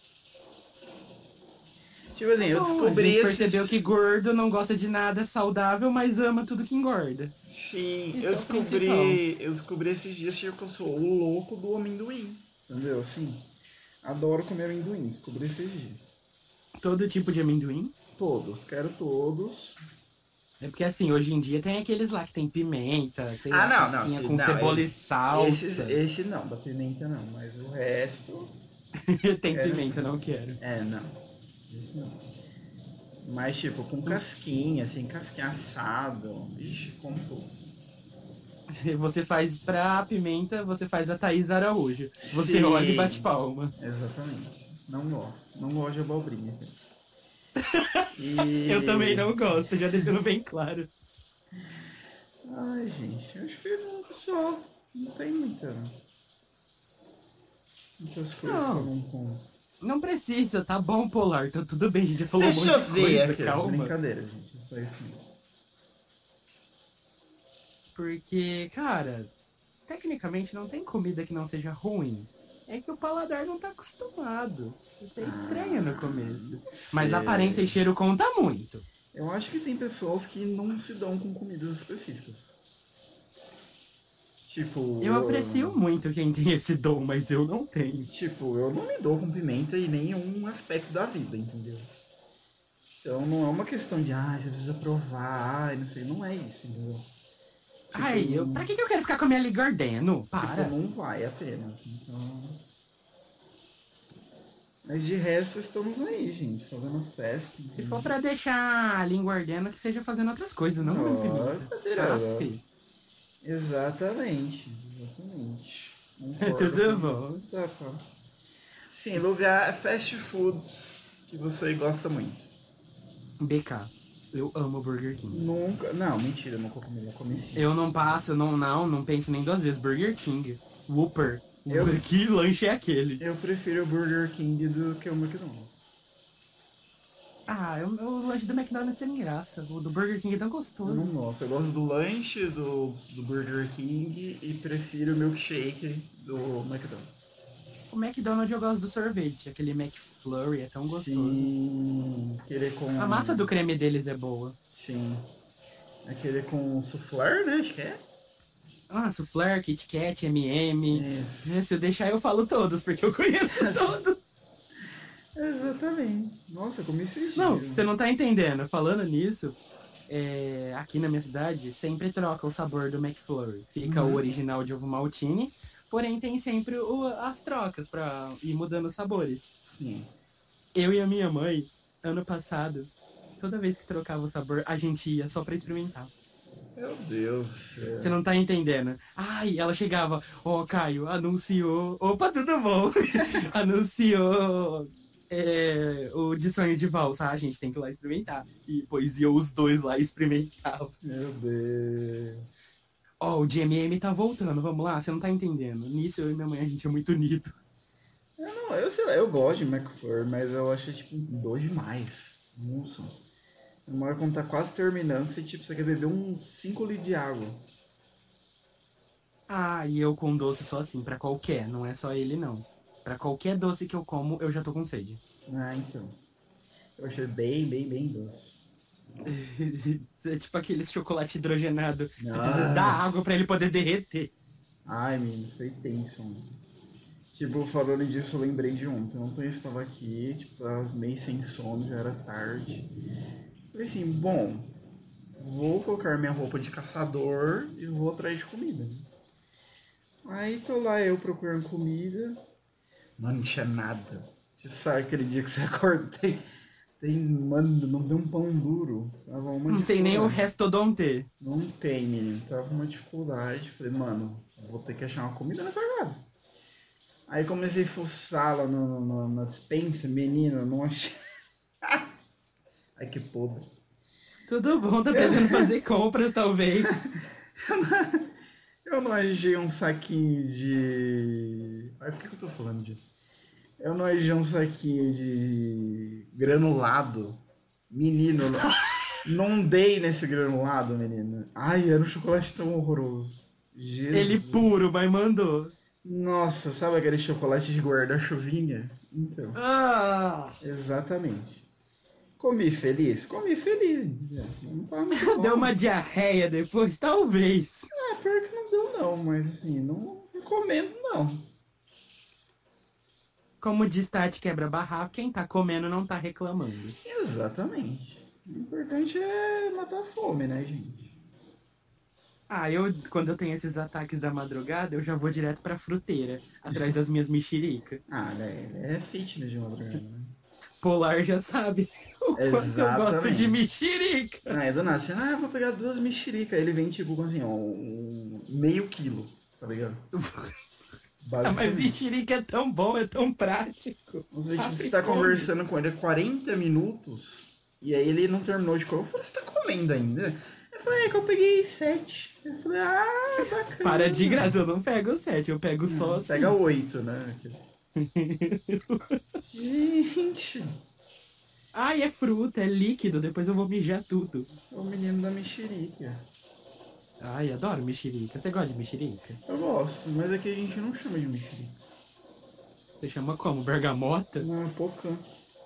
Tipo assim, eu Bom, descobri a gente esses... percebeu que gordo não gosta de nada saudável, mas ama tudo que engorda. Sim, Esse eu é o descobri esses dias que eu sou o louco do amendoim. Entendeu? Assim, adoro comer amendoim, descobri esses dias. Todo tipo de amendoim. Todos, quero todos. É porque assim, hoje em dia tem aqueles lá que tem pimenta, sei Ah, lá, não, casquinha sim, com não, cebola e salsa. Esse não, da pimenta não, mas o resto. Tem Quero. pimenta, não quero. Não. Esse não. Mas tipo, com casquinha, assim, casquinha assado. Ixi, como todos. Você faz pra pimenta, você faz a Thaís Araújo. Você Sim. olha e bate palma. Exatamente. Não gosto. Não gosto de abobrinha. E... Eu também não gosto, já deixando bem claro. Ai, gente, acho que só. Não tem muitas coisas que eu não como. Não precisa, tá bom, Polar. Tá tudo bem, a gente já falou Deixa um eu monte de ver coisa, aqui. calma. Brincadeira, gente. É só isso mesmo. Porque, cara, tecnicamente não tem comida que não seja ruim. É que o paladar não tá acostumado. Isso é estranho no começo. Mas sei. aparência e cheiro conta muito. Eu acho que tem pessoas que não se dão com comidas específicas. Tipo... Eu aprecio muito quem tem esse dom, mas eu não tenho. Tipo, eu não me dou com pimenta em nenhum aspecto da vida, entendeu? Então não é uma questão de, você precisa provar, não sei, não é isso, entendeu? Tipo, Pra que eu quero ficar com a minha ligardeno? Para. Tipo, não vai apenas, então... Mas de resto estamos aí, gente, fazendo festa. Se for pra deixar a língua ardendo, que seja fazendo outras coisas, não com pimenta. Aff. Exatamente. Concordo Tudo com- bom. Tá. Sim, lugar fast foods que você gosta muito. BK. Eu amo Burger King. Nunca. Não, mentira, nunca comi, comi sim. Eu não passo, não penso nem duas vezes. Burger King. Whopper. Eu- Que lanche é aquele? Eu prefiro o Burger King do que o McDonald's. O lanche do McDonald's é sem graça. O do Burger King é tão Eu gostoso. não gosto. Eu gosto do lanche do Burger King e prefiro o milkshake do McDonald's. O McDonald's eu gosto do sorvete. Aquele McFlurry é tão gostoso. Sim, aquele com... A massa do creme deles é boa. Sim. Aquele com soufflé, né? Acho que é. Soufflé, Kit Kat, M&M. Isso. Se eu deixar eu falo todos, porque eu conheço todos. Exatamente. Nossa, eu comi esses Não, dias. você não tá entendendo. Falando nisso, aqui na minha cidade sempre troca o sabor do McFlurry. Fica o original de ovo maltine, porém tem sempre as trocas pra ir mudando os sabores. Sim. Eu e a minha mãe, ano passado, toda vez que trocava o sabor, a gente ia só pra experimentar. Meu Deus do céu. Você não tá entendendo. Ela chegava, Caio, anunciou... Opa, tudo bom? Anunciou o de sonho de valsa. A gente tem que ir lá experimentar. E depois iam os dois lá e experimentavam. Meu Deus. O de M&M tá voltando, vamos lá? Você não tá entendendo. Nisso, eu e minha mãe, a gente é muito unido. Eu sei lá, eu gosto de McFlurry, mas eu acho, tipo, doce demais. Nossa. Uma hora quando tá quase terminando, você quer beber uns 5 litros de água. E eu com doce só assim, pra qualquer, não é só ele não. Pra qualquer doce que eu como, eu já tô com sede. Então. Eu achei bem doce. É tipo aquele chocolate hidrogenado. Você Nossa. precisa dar água pra ele poder derreter. Ai, menino, foi tenso. Tipo, falando disso, eu lembrei de ontem. Ontem eu estava aqui, tipo, tava meio sem sono, já era tarde. Falei assim, bom, vou colocar minha roupa de caçador e vou atrás de comida. Aí tô lá eu procurando comida. Mano, não tinha nada. Você sabe aquele dia que você acorda, mano, não tem um pão duro. Tava uma Não tem nem o dificuldade. restodonte. Não tem, menino. Tava uma dificuldade. Falei, mano, vou ter que achar uma comida nessa casa. Aí comecei a fuçar lá na despensa, menino, não achei. Ai, que podre. Tudo bom, tá pensando em fazer compras, talvez. Eu não achei um saquinho de... Por que eu tô falando disso? Eu não achei um saquinho de granulado. Menino, não dei nesse granulado, menino. Ai, era um chocolate tão horroroso. Jesus. Ele puro, mas mandou. Nossa, sabe aquele chocolate de guarda-chuvinha? Então, exatamente. Comi feliz? Comi feliz. Não tava muito bom. Deu uma diarreia depois? Talvez. Pior que não deu não, mas assim, não recomendo não. Como diz Tati quebra-barraco, quem tá comendo não tá reclamando. Exatamente. O importante é matar a fome, né, gente? Ah, quando eu tenho esses ataques da madrugada, eu já vou direto pra fruteira, atrás das minhas mexericas. Ah, né? É fitness de madrugada, né? Polar já sabe o quanto eu gosto Exatamente. de mexerica. Não, é do nada, assim, eu vou pegar 2 mexericas. Aí ele vem, tipo, assim, ó, meio quilo, tá ligado? Ah, mas Basicamente. mexerica é tão bom, é tão prático. Às vezes, tipo, você Abre tá e come. conversando com ele há 40 minutos e aí ele não terminou de comer. Eu falei, você tá comendo ainda? Eu falei, é que eu peguei 7. Eu falei, bacana. Para de graça, eu não pego 7, eu pego só assim. Pega 8, né? Gente, Ai, é fruta, é líquido, depois eu vou mijar tudo. é o menino da mexerica. Ai, adoro mexerica. Você gosta de mexerica? Eu gosto, mas aqui a gente não chama de mexerica. Você chama como? Bergamota? Não, é pocã.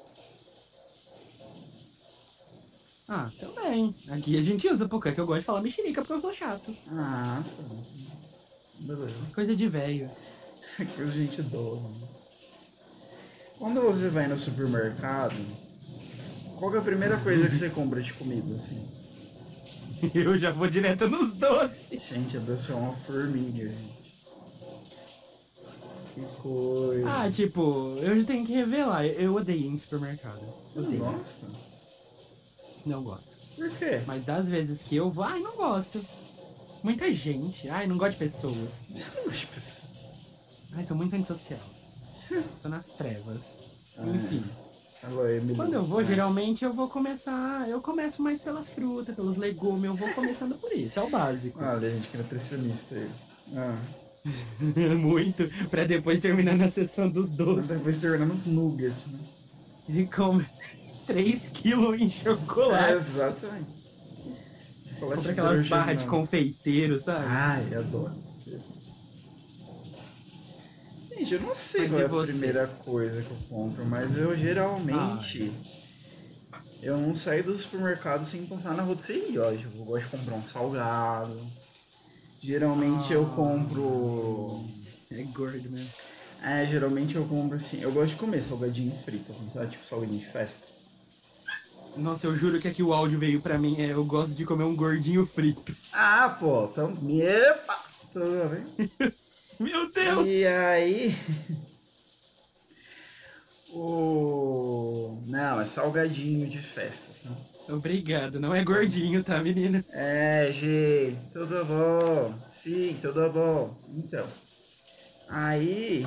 Ah, também. Aqui a gente usa porque que eu gosto de falar mexerica porque eu sou chato. Ah, tá. Beleza. Coisa de velho. Aqui a gente idosa. Quando você vai no supermercado, qual que é a primeira coisa que você compra de comida, assim? Eu já vou direto nos doces. Gente, a pessoa é uma formiga, gente. Que coisa. Ah, tipo, eu tenho que revelar. Eu odeio ir em supermercado. Você não Odeio. gosta? Não gosto. Por quê? Mas das vezes que eu vou, ai, não gosto. Muita gente. Ai, não gosto de pessoas. Oxe, pessoa. Ai, sou muito antissocial. Tô nas trevas. Ah, Enfim. Alô, Emily. Quando eu vou, geralmente eu vou começar. Eu começo mais pelas frutas, pelos legumes, eu vou começando por isso, é o básico. Olha, gente, que nutricionista aí. Muito, pra depois terminar na sessão dos doces. Depois terminamos nuggets, né? E come 3 quilos em chocolate. Exatamente. Chocolate Compra aquelas hidrogenado. barras de confeiteiro, sabe? Ai, adoro. Gente, eu não sei Mas qual e é a você? primeira coisa que eu compro, mas eu geralmente... Eu não saio do supermercado sem passar na rotisserie, ó. Tipo, eu gosto de comprar um salgado. Geralmente eu compro... É gordo mesmo. Geralmente eu compro assim... Eu gosto de comer salgadinho frito, assim, sabe? Tipo salgadinho de festa. Nossa, eu juro que aqui o áudio veio pra mim. Eu gosto de comer um gordinho frito. Ah, pô, então... Epa! Tudo bem? Meu Deus! E aí... Não, é salgadinho de festa, tá? Obrigado, não é gordinho, tá, menina? Gi, tudo bom? Sim, tudo bom. Então, aí...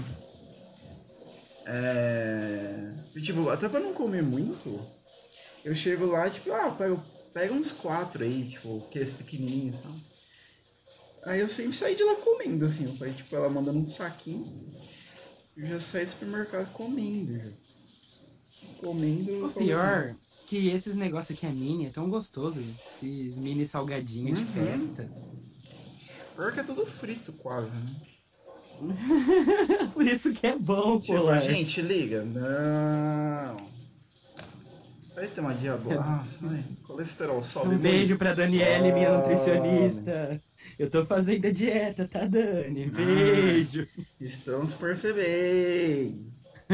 Tipo, até pra não comer muito, eu chego lá, tipo, pego uns 4 aí, tipo, aqueles pequenininhos, sabe? Aí eu sempre saí de lá comendo, assim, eu falei, tipo, ela mandando um saquinho, eu já saí do supermercado comendo, já. Comendo... O pior que esses negócios que é mini é tão gostoso. Esses mini salgadinhos de festa. Pior que é tudo frito quase, né? Por isso que é bom, Tipo, pô. gente, liga. Não. Vai ter uma diabola. Colesterol sobe Um muito. beijo pra Daniele, minha Sobe. nutricionista. Eu tô fazendo a dieta, tá, Dani? Beijo. Estamos percebendo.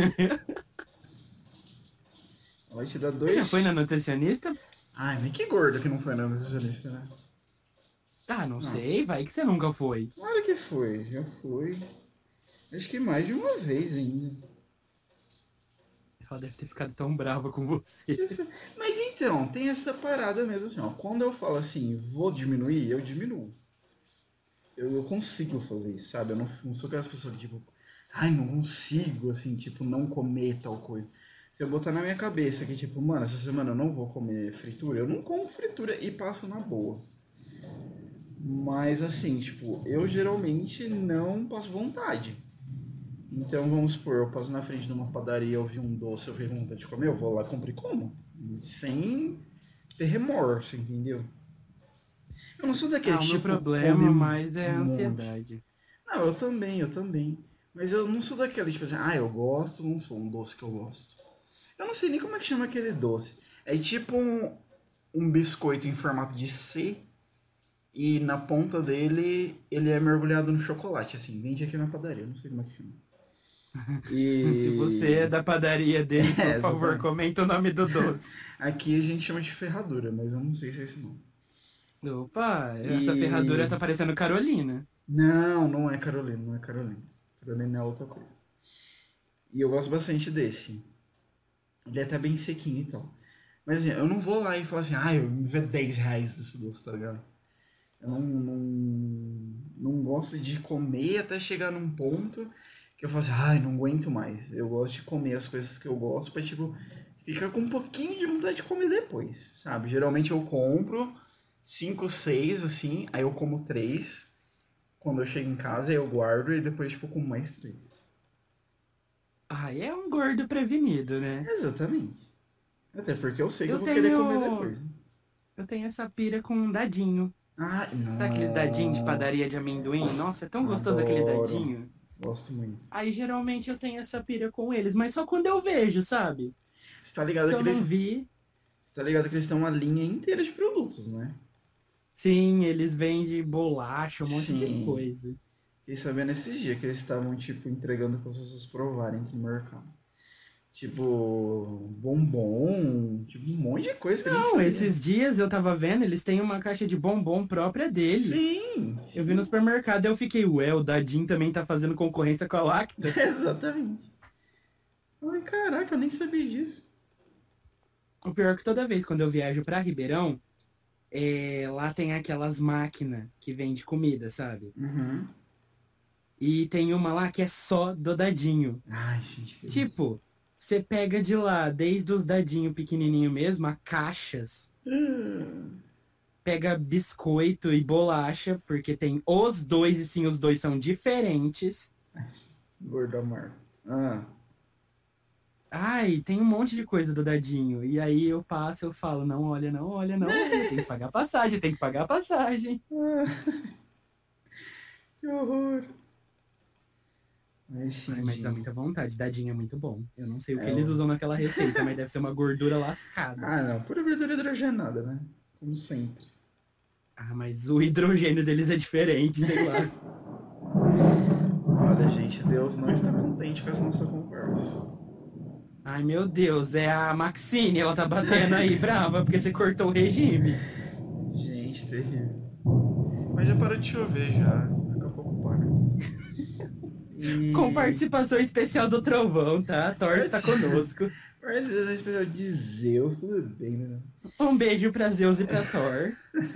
Vai te dar Você 2. já foi na nutricionista? Ai, mas que gordo que não foi na nutricionista, né? Ah, não sei, vai que você nunca foi. Claro que foi, já foi. Acho que mais de uma vez ainda. Ela deve ter ficado tão brava com você. Mas então, tem essa parada mesmo assim, ó. Quando eu falo assim, vou diminuir, eu diminuo. Eu consigo fazer isso, sabe? Eu não sou aquelas pessoas que, tipo, ai, não consigo, assim, tipo, não comer tal coisa. Se eu botar na minha cabeça que, tipo, mano, essa semana eu não vou comer fritura, eu não como fritura e passo na boa. Mas, assim, tipo, eu geralmente não passo vontade. Então, vamos supor, eu passo na frente de uma padaria, eu vi um doce, eu fiquei com vontade de comer, eu vou lá, compro e como. Sem ter remorso, entendeu? Eu não sou daquele O tipo... meu problema come mais é a um monte. ansiedade. Não, eu também. Mas eu não sou daquele, tipo assim, eu gosto, vamos supor, um doce que eu gosto. Eu não sei nem como é que chama aquele doce. É tipo um biscoito em formato de C e na ponta dele ele é mergulhado no chocolate, assim. Vende aqui na padaria, eu não sei como é que chama. Se você é da padaria dele, por É, favor, exatamente. comenta o nome do doce. Aqui a gente chama de ferradura, mas eu não sei se é esse nome. Opa, essa ferradura E... tá parecendo Carolina. Não, não é Carolina, não é Carolina. Carolina é outra coisa. E eu gosto bastante desse. Ele é até bem sequinho e tal. Mas assim, eu não vou lá e falar assim, eu me vê R$ 10 desse doce, tá ligado? Eu não gosto de comer até chegar num ponto que eu falo assim, não aguento mais. Eu gosto de comer as coisas que eu gosto pra, tipo, ficar com um pouquinho de vontade de comer depois, sabe? Geralmente eu compro 5, 6, assim, aí eu como 3. Quando eu chego em casa, eu guardo e depois, tipo, eu como mais 3. É um gordo prevenido, né? Exatamente. Até porque eu sei que eu Eu vou querer comer tenho, depois, né? eu tenho essa pira com um dadinho. Sabe aquele dadinho de Nossa, padaria de amendoim? Nossa, é tão gostoso aquele adoro. dadinho. Gosto muito. Aí geralmente eu tenho essa pira com eles, mas só quando eu vejo, sabe? Você tá ligado Se que eu eles, não vi, você tá ligado que eles têm uma linha inteira de produtos, né? sim, eles vendem bolacha, um monte de Sim. coisa. Fiquei sabendo esses dias que eles estavam, tipo, entregando para as pessoas provarem aqui no mercado. Tipo, bombom, tipo, um monte de coisa que eu nem Não, sabia. esses dias eu tava vendo, eles têm uma caixa de bombom própria deles. Sim, Eu vi no sim. supermercado e eu fiquei, ué, o Dadinho também tá fazendo concorrência com a Lacta? Exatamente. Ai, caraca, eu nem sabia disso. O pior é que toda vez quando eu viajo pra Ribeirão, lá tem aquelas máquinas que vende comida, sabe? Uhum. E tem uma lá que é só do dadinho. Ai, gente, que delícia. Tipo, você pega de lá, desde os dadinhos pequenininho mesmo, a caixas. Pega biscoito e bolacha, porque tem os dois, e sim, os dois são diferentes. Ai, gordo amargo. Ai, tem um monte de coisa do dadinho. E aí eu passo, eu falo, não olha, não olha, não olha. Tem que pagar passagem, tem que pagar passagem. Que horror. Mas sim, Ai, mas dá gente. muita vontade. Dadinho é muito bom. Eu não sei o que É, eles usam naquela receita, mas deve ser uma gordura lascada. não, pura gordura hidrogenada, né? Como sempre. Mas o hidrogênio deles é diferente, sei lá. Olha, gente, Deus não está contente com essa nossa conversa. Ai, meu Deus, é a Maxine, ela tá batendo aí brava porque você cortou o regime. Gente, terrível. Mas já parou de chover já. Daqui a pouco para. Com participação especial do Trovão, tá? Thor tá conosco. Organização especial de Zeus, tudo bem, né? Um beijo pra Zeus e pra Thor.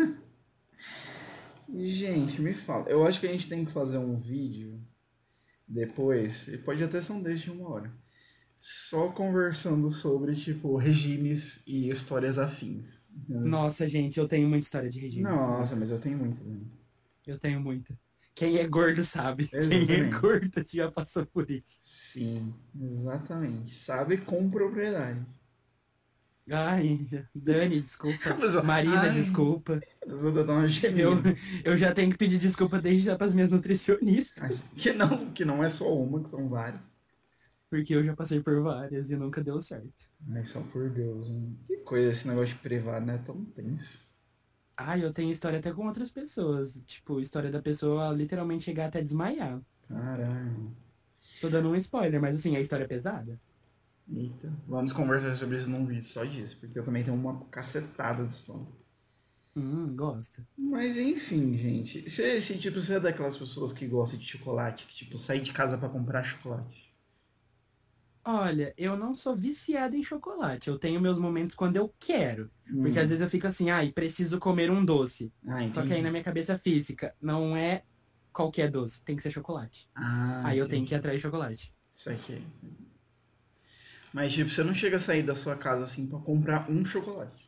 Gente, me fala. Eu acho que a gente tem que fazer um vídeo depois, e pode até ser um desses de 1 hora, só conversando sobre, tipo, regimes e histórias afins. Entendeu? Nossa, gente, eu tenho muita história de regime. Nossa, mas eu tenho muito também. Eu tenho muita. Quem é gordo sabe. Quem é Exatamente. gordo já passou por isso. Sim, exatamente. Sabe com propriedade. Ai, Dani, desculpa. A pessoa, Marina, ai, desculpa. a pessoa tá dando uma Eu, gemida. eu já tenho que pedir desculpa desde já pras minhas nutricionistas. Que não é só uma, que são várias. Porque eu já passei por várias e nunca deu certo. Ai, só por Deus, hein? Que coisa esse negócio de privado, né? Tão tenso. Eu tenho história até com outras pessoas. Tipo, história da pessoa literalmente chegar até desmaiar. Caralho. Tô dando um spoiler, mas assim, a história é pesada. Eita. Vamos conversar sobre isso num vídeo só disso, porque eu também tenho uma cacetada de história. Gosto. Mas enfim, gente. Tipo, você é daquelas pessoas que gostam de chocolate, que tipo, sai de casa pra comprar chocolate. Olha, eu não sou viciada em chocolate. Eu tenho meus momentos quando eu quero. Porque às vezes eu fico assim, preciso comer um doce. Só que aí na minha cabeça física, não é qualquer doce, tem que ser chocolate. Aí eu tenho que ir atrás de chocolate. Isso aqui. Mas tipo, você não chega a sair da sua casa assim pra comprar um chocolate.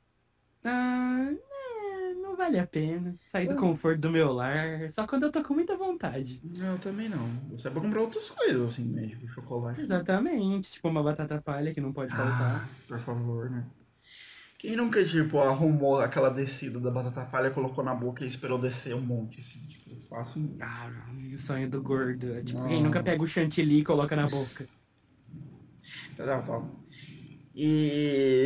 Não vale a pena. Sair do conforto do meu lar. Só quando eu tô com muita vontade. Não, também não. Você é pra comprar outras coisas, assim, né? Tipo, chocolate. Exatamente. Tipo uma batata palha que não pode faltar. Por favor, né? Quem nunca, tipo, arrumou aquela descida da batata palha, colocou na boca e esperou descer um monte, assim, tipo, eu faço um... O sonho do gordo. É tipo, Não. quem nunca pega o chantilly e coloca na boca. Tá. E...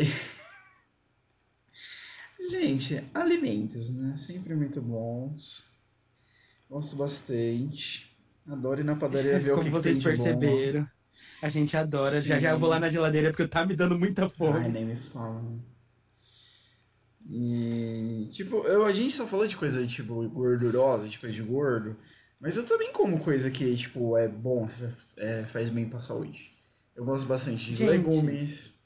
Gente, alimentos, né? Sempre muito bons. Gosto bastante. Adoro ir na padaria ver o Como que tem vocês de bom. perceberam. A gente adora. Já já eu Sim. vou lá na geladeira porque tá me dando muita Ai, fome. nem me fala. Né? E, tipo, a gente só falou de coisa, tipo, gordurosa, de coisa de gordo, mas eu também como coisa que, tipo, é bom, faz bem pra saúde. Eu gosto bastante de Gente. legumes.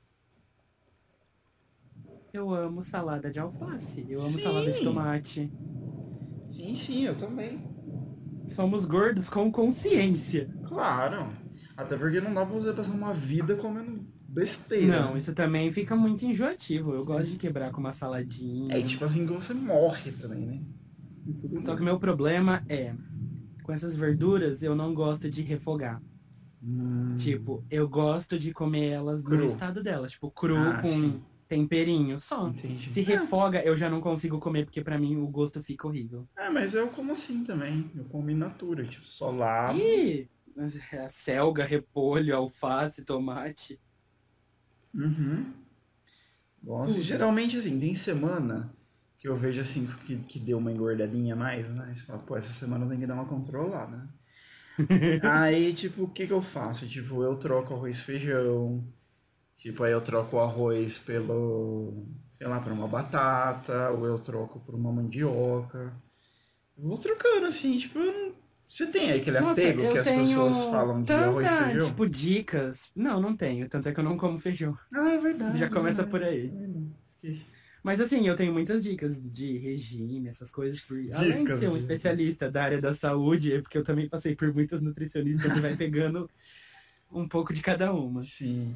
Eu amo salada de alface. Eu amo salada de Sim, tomate. sim, eu também. Somos gordos com consciência. Claro. Até porque não dá pra você passar uma vida comendo besteira. Não, isso também fica muito enjoativo. Eu gosto de quebrar com uma saladinha. É tipo assim que você morre também, né? E tudo Só que o bem. meu problema é, com essas verduras, eu não gosto de refogar. Tipo, eu gosto de comer elas Cru. no estado delas. Tipo, cru Ah, com sim. temperinho só. Entendi. Se refoga, eu já não consigo comer, porque pra mim o gosto fica horrível. Mas eu como assim também. Eu como in natura, tipo, só lavo. Ih, a selga, repolho, alface, tomate. Uhum. Gosto. Tudo. Geralmente, assim, tem semana que eu vejo, assim, que deu uma engordadinha a mais, né? Aí você fala, pô, essa semana tem que dar uma controlada, né? Aí, tipo, o que que eu faço? Tipo, eu troco arroz e feijão. Tipo, aí eu troco o arroz pelo, sei lá, por uma batata. Ou eu troco por uma mandioca. Eu vou trocando, assim, tipo, você tem aquele Nossa, apego que eu as tenho pessoas falam de arroz e tanta, feijão? tipo, dicas. Não, não tenho. Tanto é que eu não como feijão. Ah, é verdade. Já começa é por aí. verdade. Esqueci. Mas assim, eu tenho muitas dicas de regime, essas coisas. Além de ser um Dicas. especialista da área da saúde, é porque eu também passei por muitas nutricionistas e vai pegando um pouco de cada uma. Sim.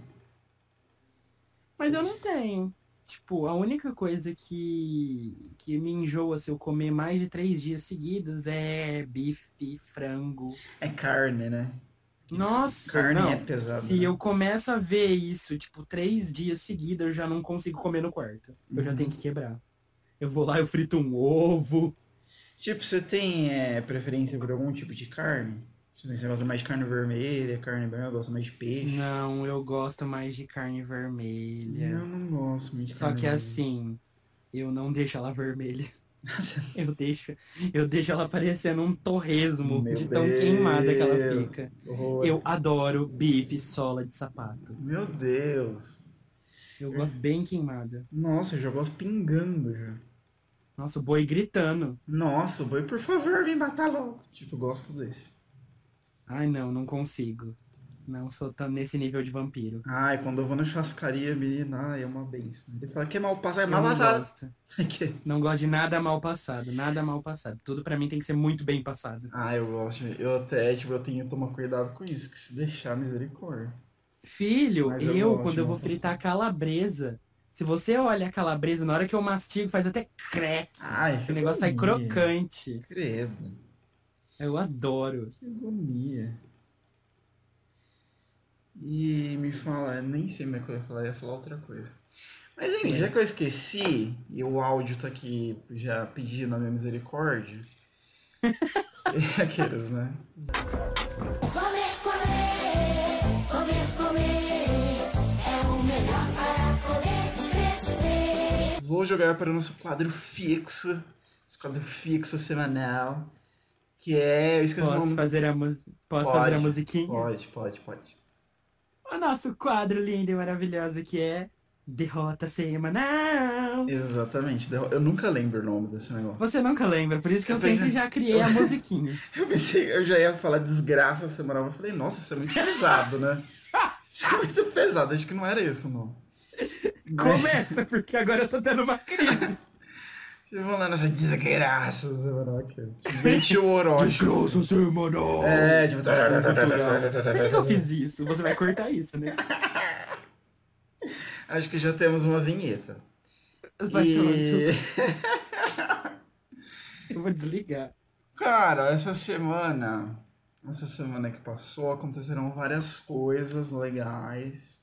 Mas eu não tenho. Tipo, a única coisa que me enjoa se eu comer mais de 3 dias seguidos é bife, frango. É carne, né? Nossa, Carne não. é pesado, Se né? eu começo a ver isso, tipo, 3 dias seguidos, eu já não consigo comer no quarto. Eu já tenho que quebrar. Eu vou lá, eu frito um ovo. Tipo, você tem preferência por algum tipo de carne? Tipo assim, você gosta mais de carne vermelha, carne branca, gosta mais de peixe? Não, eu gosto mais de carne Eu vermelha. não gosto muito de Só carne que vermelha. assim, eu não deixo ela vermelha. Nossa, Eu deixo ela parecendo um torresmo meu de tão queimada que ela Deus. fica. Horror. Eu adoro bife sola de sapato. Meu Deus. Eu gosto bem queimada. Nossa, eu já gosto pingando já. Nossa, o boi gritando. Nossa, o boi, por favor, me matar logo. Tipo, gosto desse. Ai, não, não consigo. Não sou tão nesse nível de vampiro. Ai, quando eu vou na churrascaria, menina, ai, é uma benção. Ele fala que é mal passado, é Eu mal não passado. gosto. Que- Não gosto de nada mal passado. Nada mal passado. Tudo pra mim tem que ser muito bem passado. Ah, eu gosto. Eu até, tipo, eu tenho que tomar cuidado com isso, que se deixar, misericórdia. Filho, Mas eu eu, gosto quando de eu mal vou fritar calabresa, se você olha a calabresa, na hora que eu mastigo, faz até crack. Ai, que O negócio sai agonia. crocante. Credo. Eu adoro. Que agonia. E me fala, nem sei mais o que eu ia falar outra coisa. Mas enfim, Ué. já que eu esqueci, e o áudio tá aqui já pedindo a minha misericórdia. Aqueles, né? Comer, comer é o melhor para poder crescer. Vou jogar para o nosso quadro fixo. Esse quadro fixo semanal. Que é. Eu esqueci o Posso nome. fazer a, Posso Pode, fazer a musiquinha? Pode. O nosso quadro lindo e maravilhoso que é Derrota Semanal. Exatamente. Eu nunca lembro o nome desse negócio. Você nunca lembra, por isso que eu pensei- sempre já criei a musiquinha. Eu pensei, eu já ia falar desgraça semanal. Eu falei, nossa, isso é muito pesado, né? Isso é muito pesado. Acho que não era isso, não. Mas, Começa, porque agora eu tô tendo uma crise. vamos lá nessa desgraça semanal aqui. Bem tio Orochi. Desgraça Semanal. É, tipo. Por que eu fiz isso? Você vai cortar isso, né? Acho que já temos uma vinheta. Vai tomar no E. seu- Eu vou desligar. Cara, essa semana que passou, aconteceram várias coisas legais.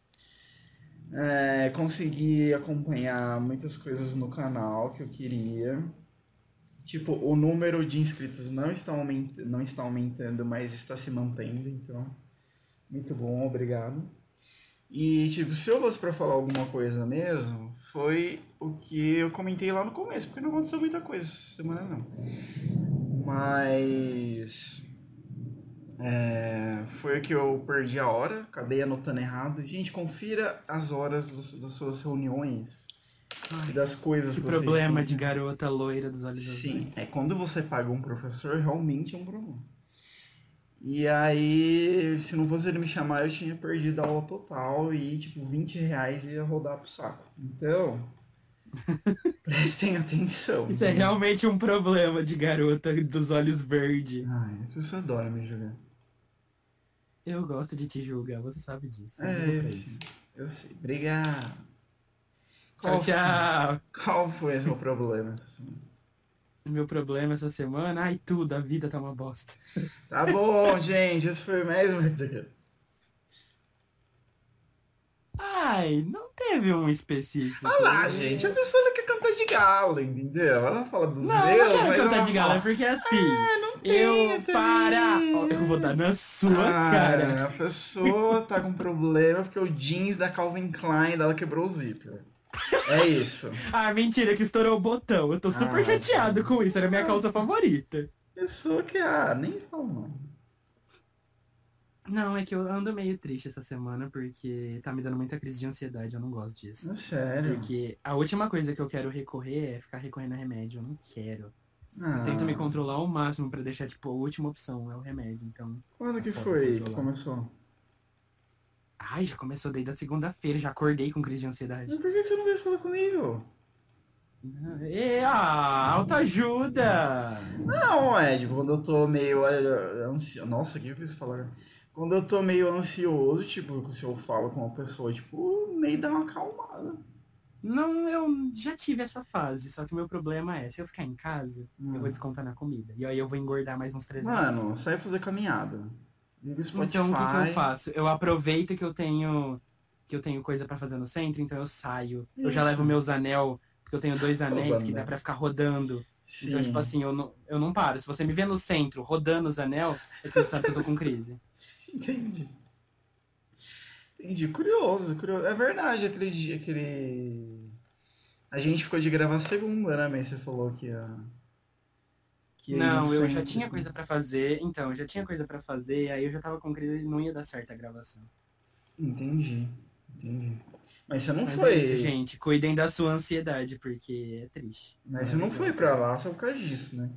Consegui acompanhar muitas coisas no canal que eu queria. Tipo, o número de inscritos não está aumentando, mas está se mantendo, então. Muito bom, obrigado. E, tipo, se eu fosse pra falar alguma coisa mesmo, foi o que eu comentei lá no começo, porque não aconteceu muita coisa essa semana, não. Mas Foi o que eu perdi a hora, acabei anotando errado. Gente, confira as horas das suas reuniões e das coisas Que que vocês problema têm. de garota loira dos olhos Sim, azuis. quando você paga um professor, realmente é um problema. E aí, se não fosse ele me chamar, eu tinha perdido a aula total e, tipo, R$ 20 ia rodar pro saco. Então, prestem atenção. Isso é realmente um problema de garota dos olhos verdes. Ai, a pessoa adora me julgar. Eu gosto de te julgar, você sabe disso. Eu ligo pra isso. Eu sei. Obrigado. Tchau, tchau. Qual foi o seu problema essa semana? Meu problema essa semana, ai tudo, a vida tá uma bosta. Tá bom, gente, esse foi mais um... Ai, não teve um específico. Olha lá, gente, a pessoa ela quer cantar de galo, entendeu? Ela fala dos Não, meus, eu não quero mas cantar ela de gala, fala... porque assim, não tem eu também. para, ó, eu vou dar na sua cara. A pessoa tá com problema porque o jeans da Calvin Klein dela quebrou o zíper. É isso. Ah, mentira, que estourou o botão. Eu tô super chateado com isso, era a minha calça favorita. Pessoa que, nem fala não. Não, é que eu ando meio triste essa semana porque tá me dando muita crise de ansiedade, eu não gosto disso. É sério. Porque a última coisa que eu quero recorrer é ficar recorrendo a remédio, eu não quero. Eu tento me controlar ao máximo pra deixar, tipo, a última opção é o remédio, então... Quando que Pode foi que controlar. começou? Ai, já começou desde a segunda-feira, já acordei com crise de ansiedade. Mas por que você não veio falar comigo? Autoajuda! Não, Ed, quando eu tô meio ansioso... Nossa, o que eu quis falar? Quando eu tô meio ansioso, tipo, se eu falo com uma pessoa, tipo, meio dá uma acalmada. Não, eu já tive essa fase, só que o meu problema é, se eu ficar em casa, eu vou descontar na comida. E aí eu vou engordar mais uns 300 quilos. Mano, sai fazer caminhada. Liga o Spotify. Então, o que eu faço? Eu aproveito que eu tenho coisa pra fazer no centro, então eu saio. Eu já Isso. levo meus anel, porque eu tenho 2 anéis que anéis. dá pra ficar rodando. Sim. Então, tipo assim, eu não paro. Se você me vê no centro rodando os anel, você sabe que eu tô com crise. Entendi. Curioso. É verdade, aquele dia, A gente ficou de gravar segunda, né, mas você falou que ia... Não, eu já tinha coisa pra fazer, então, eu já tinha coisa pra fazer, aí eu já tava com crise e não ia dar certo a gravação. Entendi. Mas você não Mas foi... é isso, gente, cuidem da sua ansiedade, porque é triste. Mas você não foi pra lá só por causa disso, né?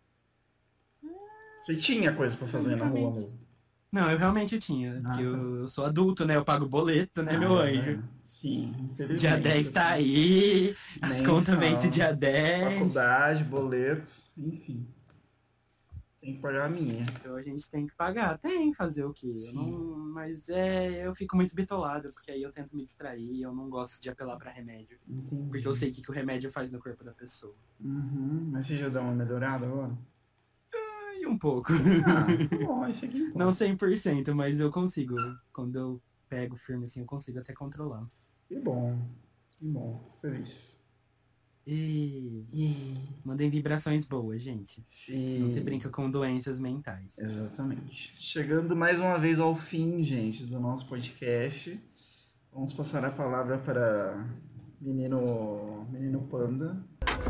Você tinha coisa pra fazer na rua mesmo. Não, eu realmente tinha, porque eu sou adulto, né, eu pago boleto, né, meu anjo. Sim, infelizmente. Dia 10 tá aí, as Nem contas fala. vencem dia 10. Faculdade, boletos, enfim. Tem que pagar a minha. Então a gente tem que pagar, tem fazer o quê? Eu não, mas eu fico muito bitolado, porque aí eu tento me distrair, eu não gosto de apelar pra remédio. Entendi. Porque eu sei o que o remédio faz no corpo da pessoa. Mas você já deu uma melhorada agora? E um pouco. Tá bom, isso aqui importa. Não 100%, mas eu consigo. Quando eu pego firme assim, eu consigo até controlar. Que bom. Feliz. E mandem vibrações boas, gente. Sim. Não se brinca com doenças mentais. Exatamente. Chegando mais uma vez ao fim, gente, do nosso podcast. Vamos passar a palavra para menino Panda.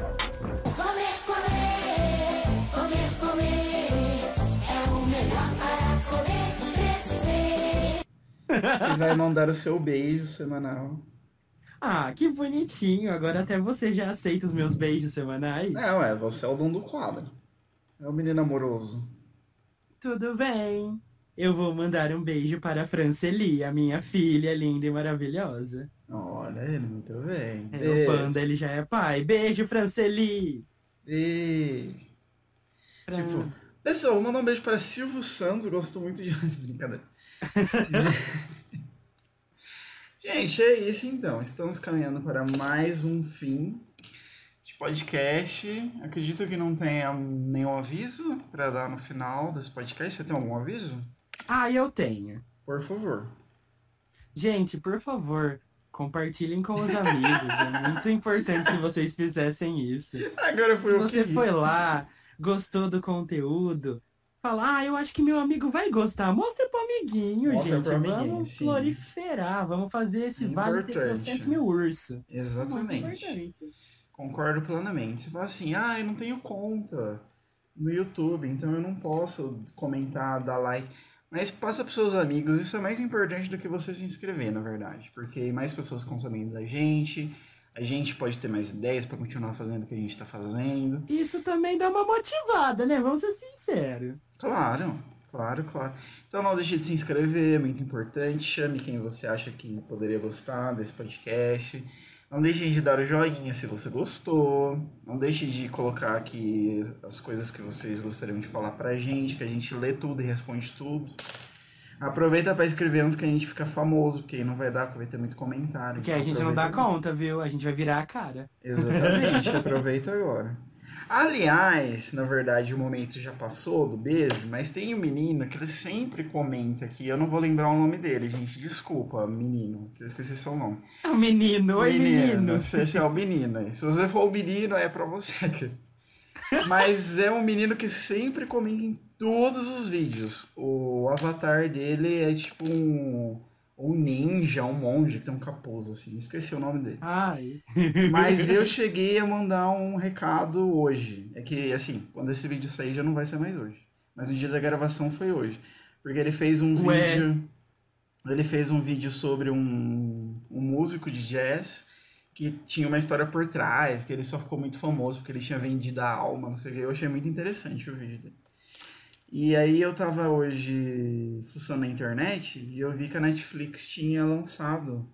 Comer é o melhor para poder crescer. E vai mandar o seu beijo semanal. Ah, que bonitinho. Agora até você já aceita os meus beijos semanais. Não, você é o dono do quadro. É o menino amoroso. Tudo bem. Eu vou mandar um beijo para a Franceli, a minha filha linda e maravilhosa. Olha ele, muito bem. O Panda, ele já é pai. Beijo, Franceli! Tipo, pessoal, vou mandar um beijo para Silvio Santos. Eu gosto muito de... Brincadeira. Gente, é isso então. Estamos caminhando para mais um fim de podcast. Acredito que não tenha nenhum aviso para dar no final desse podcast. Você tem algum aviso? Ah, eu tenho. Por favor. Gente, por favor, compartilhem com os amigos. É muito importante se vocês fizessem isso. Agora foi Se o você que... foi lá, gostou do conteúdo, fala, eu acho que meu amigo vai gostar. Mostra pro amiguinho, Mostra gente. pro amiguinho, vamos sim. proliferar, vamos fazer esse vale ter Importante. 300 mil urso. Exatamente. Muito importante. Concordo plenamente. Você fala assim, eu não tenho conta no YouTube, então eu não posso comentar, dar like. Mas passa pros seus amigos, isso é mais importante do que você se inscrever, na verdade. Porque mais pessoas ficam sabendo da gente, a gente pode ter mais ideias pra continuar fazendo o que a gente tá fazendo. Isso também dá uma motivada, né? Vamos ser sinceros. Claro, claro, claro. Então não deixe de se inscrever, é muito importante. Chame quem você acha que poderia gostar desse podcast. Não deixe de dar o joinha se você gostou. Não deixe de colocar aqui as coisas que vocês gostariam de falar pra gente, que a gente lê tudo e responde tudo. Aproveita pra escrever antes que a gente fica famoso, porque aí não vai dar, porque vai ter muito comentário. Porque Então a gente não dá aproveita. conta, viu? A gente vai virar a cara. Exatamente, aproveita agora. Aliás, na verdade, o momento já passou do beijo, mas tem um menino que ele sempre comenta aqui. Eu não vou lembrar o nome dele, gente. Desculpa, menino, que eu esqueci seu nome. É um menino, oi menino. Esse é o menino aí. Se você for o menino, é pra você. Mas é um menino que sempre comenta em todos os vídeos. O avatar dele é tipo um ninja, um monge que tem um capuz, assim. Esqueci o nome dele. Ai. Mas eu cheguei a mandar um recado hoje. É que, assim, quando esse vídeo sair já não vai ser mais hoje. Mas o dia da gravação foi hoje. Porque ele fez um Ué. vídeo. Ele fez um vídeo sobre um músico de jazz que tinha uma história por trás, que ele só ficou muito famoso porque ele tinha vendido a alma, não sei o que. Eu achei muito interessante o vídeo dele. E aí eu tava hoje fuçando na internet e eu vi que a Netflix tinha lançado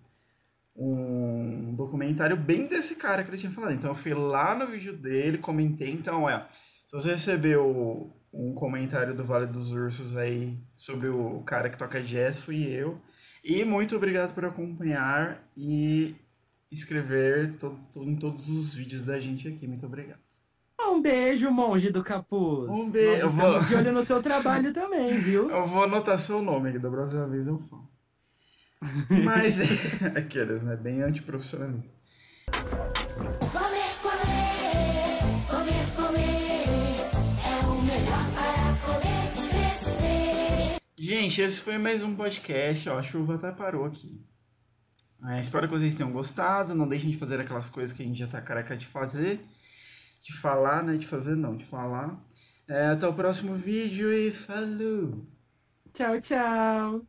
um documentário bem desse cara que ele tinha falado. Então eu fui lá no vídeo dele, comentei. Então, se você recebeu um comentário do Vale dos Ursos aí sobre o cara que toca jazz, fui eu. E muito obrigado por acompanhar e escrever em todos os vídeos da gente aqui. Muito obrigado. Um beijo, monge do capuz. Um beijo. Nós estamos de olho no seu trabalho também, viu? Eu vou anotar seu nome aqui, da próxima vez eu falo. Mas, aqueles, né? Bem antiprofissionalismo. Comer, comer, comer, comer. É o melhor para poder crescer. Gente, esse foi mais um podcast. Ó, a chuva até parou aqui. Espero que vocês tenham gostado. Não deixem de fazer aquelas coisas que a gente já tá careca de fazer. De falar, né? De fazer não, de falar. Até o próximo vídeo e falou! Tchau, tchau.